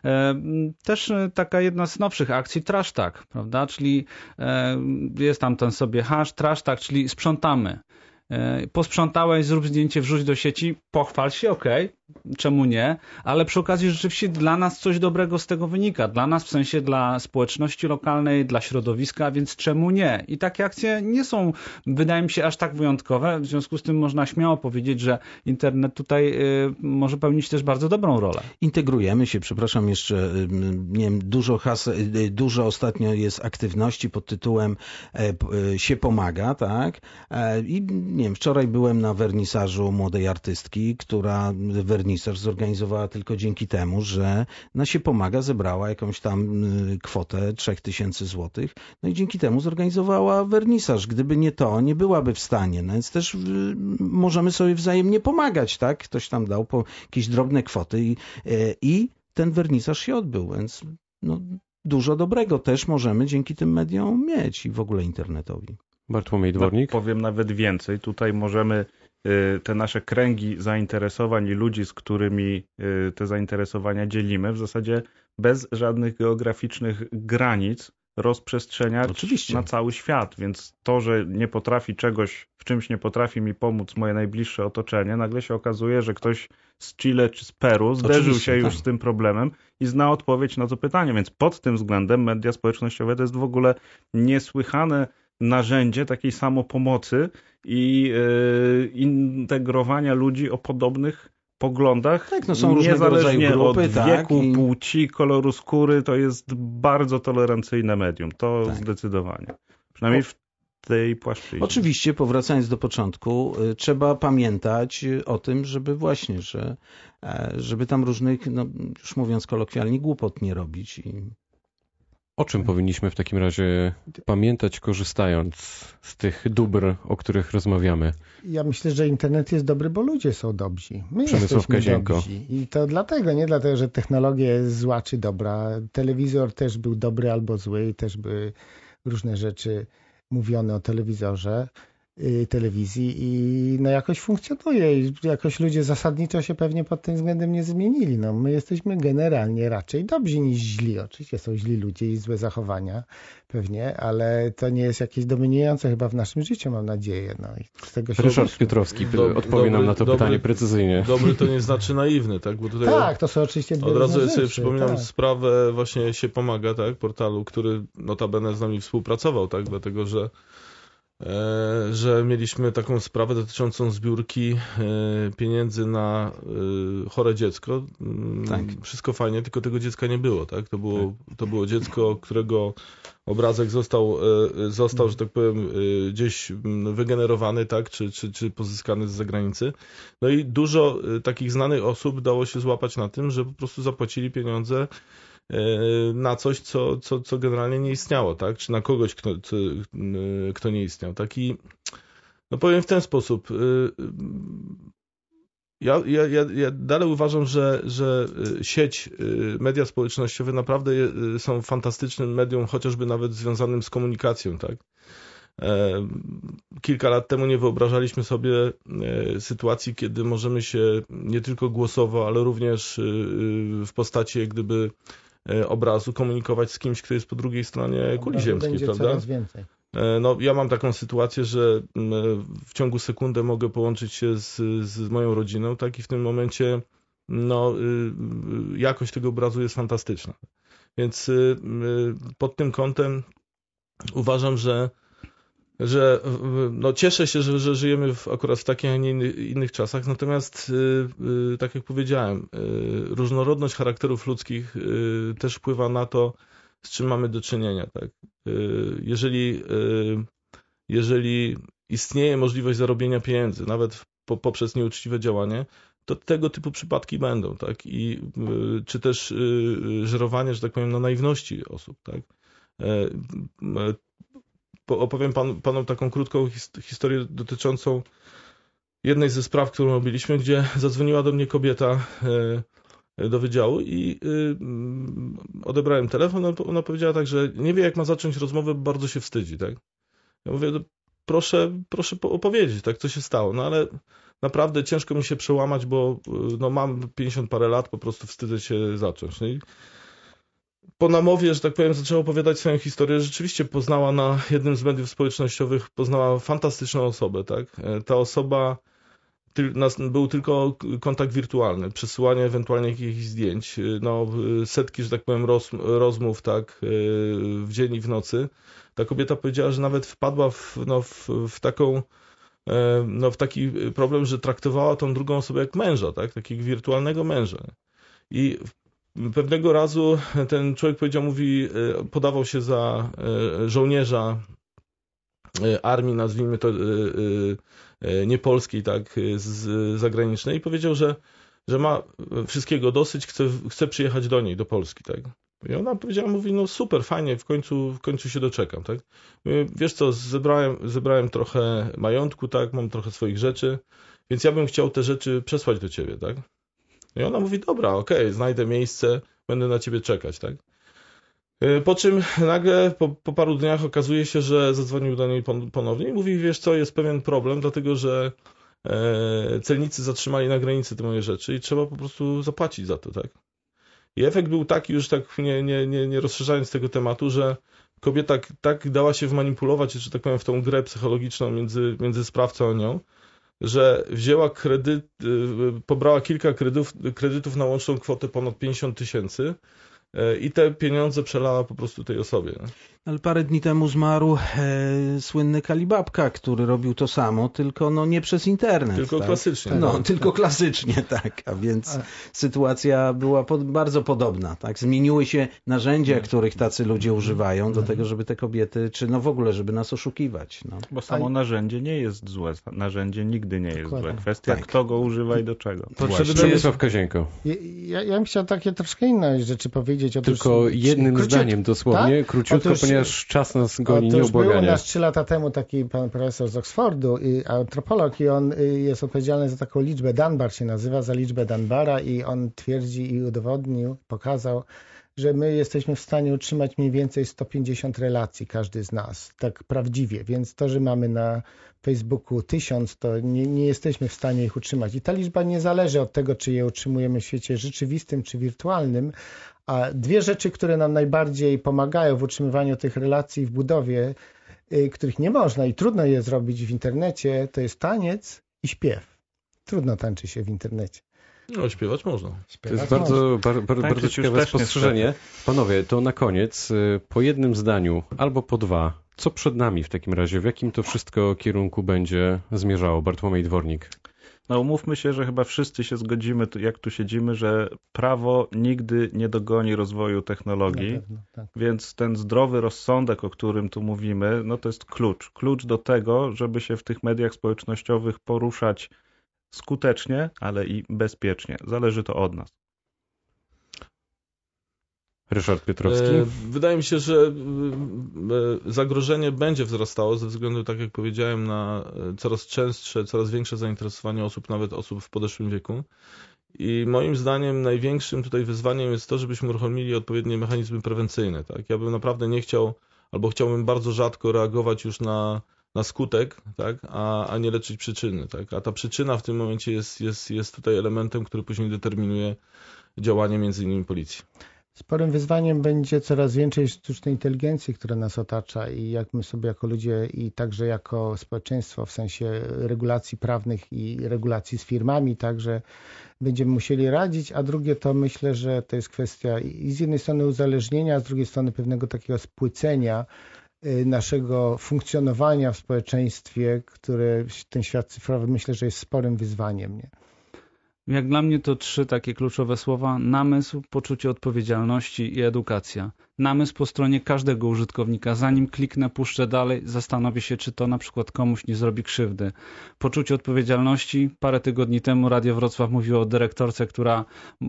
Też taka jedna z nowszych akcji Trash Tag, prawda? Czyli jest tam ten sobie hash Trash Tag, czyli sprzątamy. Posprzątałeś, zrób zdjęcie, wrzuć do sieci, pochwal się, okej, okay, czemu nie, ale przy okazji rzeczywiście dla nas coś dobrego z tego wynika, dla nas w sensie dla społeczności lokalnej, dla środowiska, więc czemu nie? I takie akcje nie są, wydaje mi się, aż tak wyjątkowe, w związku z tym można śmiało powiedzieć, że internet tutaj y, może pełnić też bardzo dobrą rolę. Integrujemy się, przepraszam jeszcze, nie wiem, dużo has, dużo ostatnio jest aktywności pod tytułem się pomaga, tak, i nie wiem, wczoraj byłem na wernisażu młodej artystki, która wernisaż zorganizowała tylko dzięki temu, że na się pomaga zebrała jakąś tam kwotę trzech tysięcy złotych, no i dzięki temu zorganizowała wernisaż. Gdyby nie to, nie byłaby w stanie, no więc też możemy sobie wzajemnie pomagać, tak? Ktoś tam dał po jakieś drobne kwoty i, i ten wernisaż się odbył, więc no, dużo dobrego też możemy dzięki tym mediom mieć i w ogóle internetowi. Bartłomiej Dwornik? No, powiem nawet więcej. Tutaj możemy y, te nasze kręgi zainteresowań i ludzi, z którymi y, te zainteresowania dzielimy, w zasadzie bez żadnych geograficznych granic rozprzestrzeniać Oczywiście. na cały świat. Więc to, że nie potrafi czegoś, w czymś nie potrafi mi pomóc moje najbliższe otoczenie, nagle się okazuje, że ktoś z Chile czy z Peru zderzył Oczywiście, się już tak. z tym problemem i zna odpowiedź na to pytanie. Więc pod tym względem media społecznościowe to jest w ogóle niesłychane narzędzie takiej samopomocy i yy, integrowania ludzi o podobnych poglądach, tak, no są różnego niezależnie rodzaju grupy, od tak, wieku, i... płci, koloru skóry, to jest bardzo tolerancyjne medium. To tak. zdecydowanie. Przynajmniej w tej płaszczyźnie. Oczywiście, powracając do początku, y, trzeba pamiętać o tym, żeby właśnie, że e, żeby tam różnych, no, już mówiąc kolokwialnie, głupot nie robić. I... O czym powinniśmy w takim razie pamiętać, korzystając z tych dóbr, o których rozmawiamy? Ja myślę, że internet jest dobry, bo ludzie są dobrzy. My Przemysław jesteśmy Kazienko. dobrzy. I to dlatego, nie dlatego, że technologia jest zła czy dobra. Telewizor też był dobry albo zły i też były różne rzeczy mówione o telewizorze, yy, telewizji i no jakoś funkcjonuje i jakoś ludzie zasadniczo się pewnie pod tym względem nie zmienili. No, my jesteśmy generalnie raczej dobrzy niż źli. Oczywiście są źli ludzie i złe zachowania pewnie, ale to nie jest jakieś dominujące chyba w naszym życiu, mam nadzieję. No, i z tego się Ryszard uczymy. Piotrowski Dobry- odpowie nam na to dobry- pytanie precyzyjnie. Dobry to nie znaczy naiwny, tak? Bo tutaj Tak, to są oczywiście dwie od razu różne sobie rzeczy, przypominam tak. sprawę właśnie Się Pomaga, tak? Portalu, który notabene z nami współpracował, tak? Dlatego, że e, że mieliśmy taką sprawę dotyczącą zbiórki e, pieniędzy na e, chore dziecko. Mm, Tak. Wszystko fajnie, tylko tego dziecka nie było, tak? To było, to było dziecko, którego obrazek został, e, został, że tak powiem, e, gdzieś mm, wygenerowany, tak? Czy, czy, czy pozyskany z zagranicy. No i dużo e, takich znanych osób dało się złapać na tym, że po prostu zapłacili pieniądze na coś, co, co, co generalnie nie istniało, tak? Czy na kogoś, kto, kto, kto nie istniał. Taki, no powiem w ten sposób. Ja, ja, ja, ja dalej uważam, że, że sieć, media społecznościowe naprawdę są fantastycznym medium, chociażby nawet związanym z komunikacją, tak? Kilka lat temu nie wyobrażaliśmy sobie sytuacji, kiedy możemy się nie tylko głosowo, ale również w postaci jak gdyby obrazu komunikować z kimś, kto jest po drugiej stronie kuli Obrazu ziemskiej, będzie prawda? coraz więcej. No, ja mam taką sytuację, że w ciągu sekundy mogę połączyć się z, z moją rodziną, tak? I w tym momencie no, jakość tego obrazu jest fantastyczna. Więc pod tym kątem uważam, że że no cieszę się, że, że żyjemy w, akurat w takich, a nie innych czasach, natomiast yy, tak jak powiedziałem, yy, różnorodność charakterów ludzkich yy, też wpływa na to, z czym mamy do czynienia. Tak? Yy, jeżeli, yy, jeżeli istnieje możliwość zarobienia pieniędzy, nawet po, poprzez nieuczciwe działanie, to tego typu przypadki będą. Tak? I, yy, czy też yy, żerowanie, że tak powiem, na naiwności osób. Tak? Yy, Opowiem pan, panom taką krótką historię dotyczącą jednej ze spraw, którą robiliśmy, gdzie zadzwoniła do mnie kobieta do wydziału i odebrałem telefon. Ona powiedziała tak, że nie wie, jak ma zacząć rozmowę, bo bardzo się wstydzi. Tak? Ja mówię, proszę, proszę opowiedzieć, tak, co się stało. No ale naprawdę ciężko mi się przełamać, bo no, mam pięćdziesiąt parę lat, po prostu wstydzę się zacząć. No i po namowie, że tak powiem, zaczęła opowiadać swoją historię. Rzeczywiście poznała na jednym z mediów społecznościowych, poznała fantastyczną osobę, tak? Ta osoba, był tylko kontakt wirtualny, przesyłanie ewentualnie jakichś zdjęć, no setki, że tak powiem, roz, rozmów, tak, w dzień i w nocy. Ta kobieta powiedziała, że nawet wpadła w, no, w, w taką, no, w taki problem, że traktowała tą drugą osobę jak męża, tak? Takiego wirtualnego męża. I pewnego razu ten człowiek powiedział, mówi, podawał się za żołnierza armii, nazwijmy to niepolskiej, tak, z zagranicznej i powiedział, że, że ma wszystkiego dosyć, chce, chce przyjechać do niej, do Polski, tak. I ona powiedziała, mówi, no super, fajnie, w końcu, w końcu się doczekam, tak. Mówię, wiesz co, zebrałem, zebrałem trochę majątku, tak, mam trochę swoich rzeczy, więc ja bym chciał te rzeczy przesłać do ciebie, tak. I ona mówi, dobra, okej, okay, znajdę miejsce, będę na ciebie czekać, tak? Po czym nagle po, po paru dniach okazuje się, że zadzwonił do niej ponownie i mówi, wiesz co, jest pewien problem, dlatego że e, celnicy zatrzymali na granicy te moje rzeczy i trzeba po prostu zapłacić za to, tak? I efekt był taki, już tak nie, nie, nie, nie rozszerzając tego tematu, że kobieta tak dała się wmanipulować, że tak powiem, w tą grę psychologiczną między, między sprawcą a nią, że wzięła kredyt, pobrała kilka kredytów, kredytów na łączną kwotę ponad pięćdziesiąt tysięcy i te pieniądze przelała po prostu tej osobie. Nie? Ale parę dni temu zmarł e, słynny Kalibabka, który robił to samo, tylko no nie przez internet. Tylko tak? klasycznie. No, tak. tylko klasycznie, tak. A więc a... sytuacja była pod, bardzo podobna. Tak? Zmieniły się narzędzia, których tacy ludzie używają do tego, żeby te kobiety, czy no w ogóle, żeby nas oszukiwać. No. Bo samo a... narzędzie nie jest złe. Narzędzie nigdy nie jest Dokładnie. złe. Kwestia, tak. kto go używa i do czego. Przemysław Kazienko. Ja, ja, ja bym chciał takie troszkę inne rzeczy powiedzieć. Otóż, tylko jednym króciut... zdaniem dosłownie, tak? króciutko, Otóż... ponieważ czas nas goni nieubłaganie. Był u nas trzy lata temu taki pan profesor z Oxfordu, i antropolog, i on jest odpowiedzialny za taką liczbę, Dunbar się nazywa, za liczbę Dunbara, i on twierdzi i udowodnił, pokazał, że my jesteśmy w stanie utrzymać mniej więcej sto pięćdziesiąt relacji, każdy z nas, tak prawdziwie, więc to, że mamy na Facebooku tysiąc, to nie, nie jesteśmy w stanie ich utrzymać. I ta liczba nie zależy od tego, czy je utrzymujemy w świecie rzeczywistym, czy wirtualnym, a dwie rzeczy, które nam najbardziej pomagają w utrzymywaniu tych relacji, w budowie, y, których nie można i trudno je zrobić w internecie, to jest taniec i śpiew. Trudno tańczy się w internecie. No, śpiewać można. Śpiewać to jest bardzo, bar, bar, bardzo ciekawe spostrzeżenie. Panowie, to na koniec po jednym zdaniu albo po dwa. Co przed nami w takim razie? W jakim to wszystko kierunku będzie zmierzało? Bartłomiej Dwornik. No umówmy się, że chyba wszyscy się zgodzimy, jak tu siedzimy, że prawo nigdy nie dogoni rozwoju technologii, pewno, tak. Więc ten zdrowy rozsądek, o którym tu mówimy, no to jest klucz. Klucz do tego, żeby się w tych mediach społecznościowych poruszać skutecznie, ale i bezpiecznie. Zależy to od nas. Ryszard Piotrowski. Wydaje mi się, że zagrożenie będzie wzrastało ze względu, tak jak powiedziałem, na coraz częstsze, coraz większe zainteresowanie osób, nawet osób w podeszłym wieku. I moim zdaniem największym tutaj wyzwaniem jest to, żebyśmy uruchomili odpowiednie mechanizmy prewencyjne. Tak? Ja bym naprawdę nie chciał, albo chciałbym bardzo rzadko reagować już na, na skutek, tak? a, a nie leczyć przyczyny. Tak? A ta przyczyna w tym momencie jest, jest, jest tutaj elementem, który później determinuje działanie między innymi policji. Sporym wyzwaniem będzie coraz więcej sztucznej inteligencji, która nas otacza, i jak my sobie jako ludzie i także jako społeczeństwo w sensie regulacji prawnych i regulacji z firmami także będziemy musieli radzić, a drugie to myślę, że to jest kwestia i z jednej strony uzależnienia, a z drugiej strony pewnego takiego spłycenia naszego funkcjonowania w społeczeństwie, które ten świat cyfrowy myślę, że jest sporym wyzwaniem. Nie? Jak dla mnie to trzy takie kluczowe słowa: namysł, poczucie odpowiedzialności i edukacja. Namysł po stronie każdego użytkownika. Zanim kliknę, puszczę dalej, zastanowię się, czy to na przykład komuś nie zrobi krzywdy. Poczucie odpowiedzialności. Parę tygodni temu Radio Wrocław mówiło o dyrektorce, która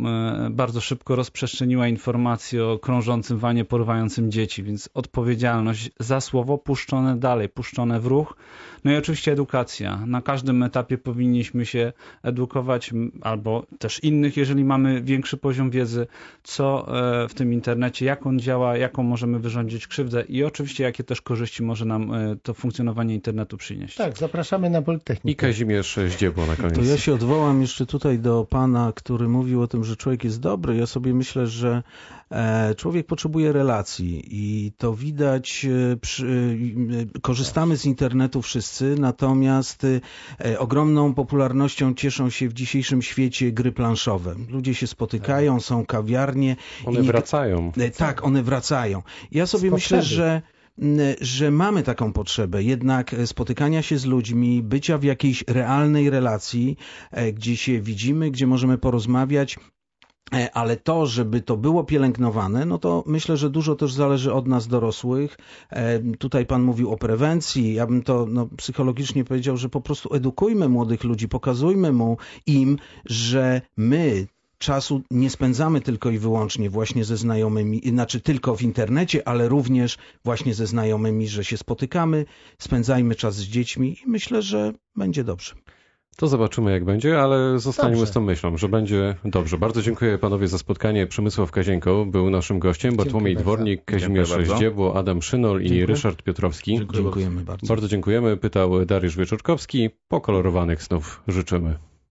bardzo szybko rozprzestrzeniła informacje o krążącym wanie porywającym dzieci, więc odpowiedzialność za słowo puszczone dalej, puszczone w ruch. No i oczywiście edukacja. Na każdym etapie powinniśmy się edukować, albo też innych, jeżeli mamy większy poziom wiedzy, co w tym internecie, jak on działa, jaką możemy wyrządzić krzywdę i oczywiście jakie też korzyści może nam to funkcjonowanie internetu przynieść. Tak, zapraszamy na Politechnikę. I Kazimierz Zdziebło na koniec. To ja się odwołam jeszcze tutaj do pana, który mówił o tym, że człowiek jest dobry. Ja sobie myślę, że człowiek potrzebuje relacji i to widać, przy, korzystamy z internetu wszyscy, natomiast ogromną popularnością cieszą się w dzisiejszym świecie gry planszowe. Ludzie się spotykają, są kawiarnie. One nie... wracają. Tak, one wracają. Ja sobie myślę, że że mamy taką potrzebę jednak spotykania się z ludźmi, bycia w jakiejś realnej relacji, gdzie się widzimy, gdzie możemy porozmawiać. Ale to, żeby to było pielęgnowane, no to myślę, że dużo też zależy od nas dorosłych. Tutaj pan mówił o prewencji. Ja bym to no, psychologicznie powiedział, że po prostu edukujmy młodych ludzi, pokazujmy mu im, że my czasu nie spędzamy tylko i wyłącznie właśnie ze znajomymi, znaczy tylko w internecie, ale również właśnie ze znajomymi, że się spotykamy, spędzajmy czas z dziećmi i myślę, że będzie dobrze. To zobaczymy, jak będzie, ale zostaniemy dobrze. z tą myślą, że będzie dobrze. Bardzo dziękuję panowie za spotkanie. Przemysław Kazienko był naszym gościem, Bartłomiej Dwornik, Kazimierz Zdziebło, Adam Szynol i dziękuję. Ryszard Piotrowski. Dziękuję. Dziękujemy bardzo. Bardzo dziękujemy. Pytał Dariusz Wieczorkowski. Pokolorowanych snów życzymy.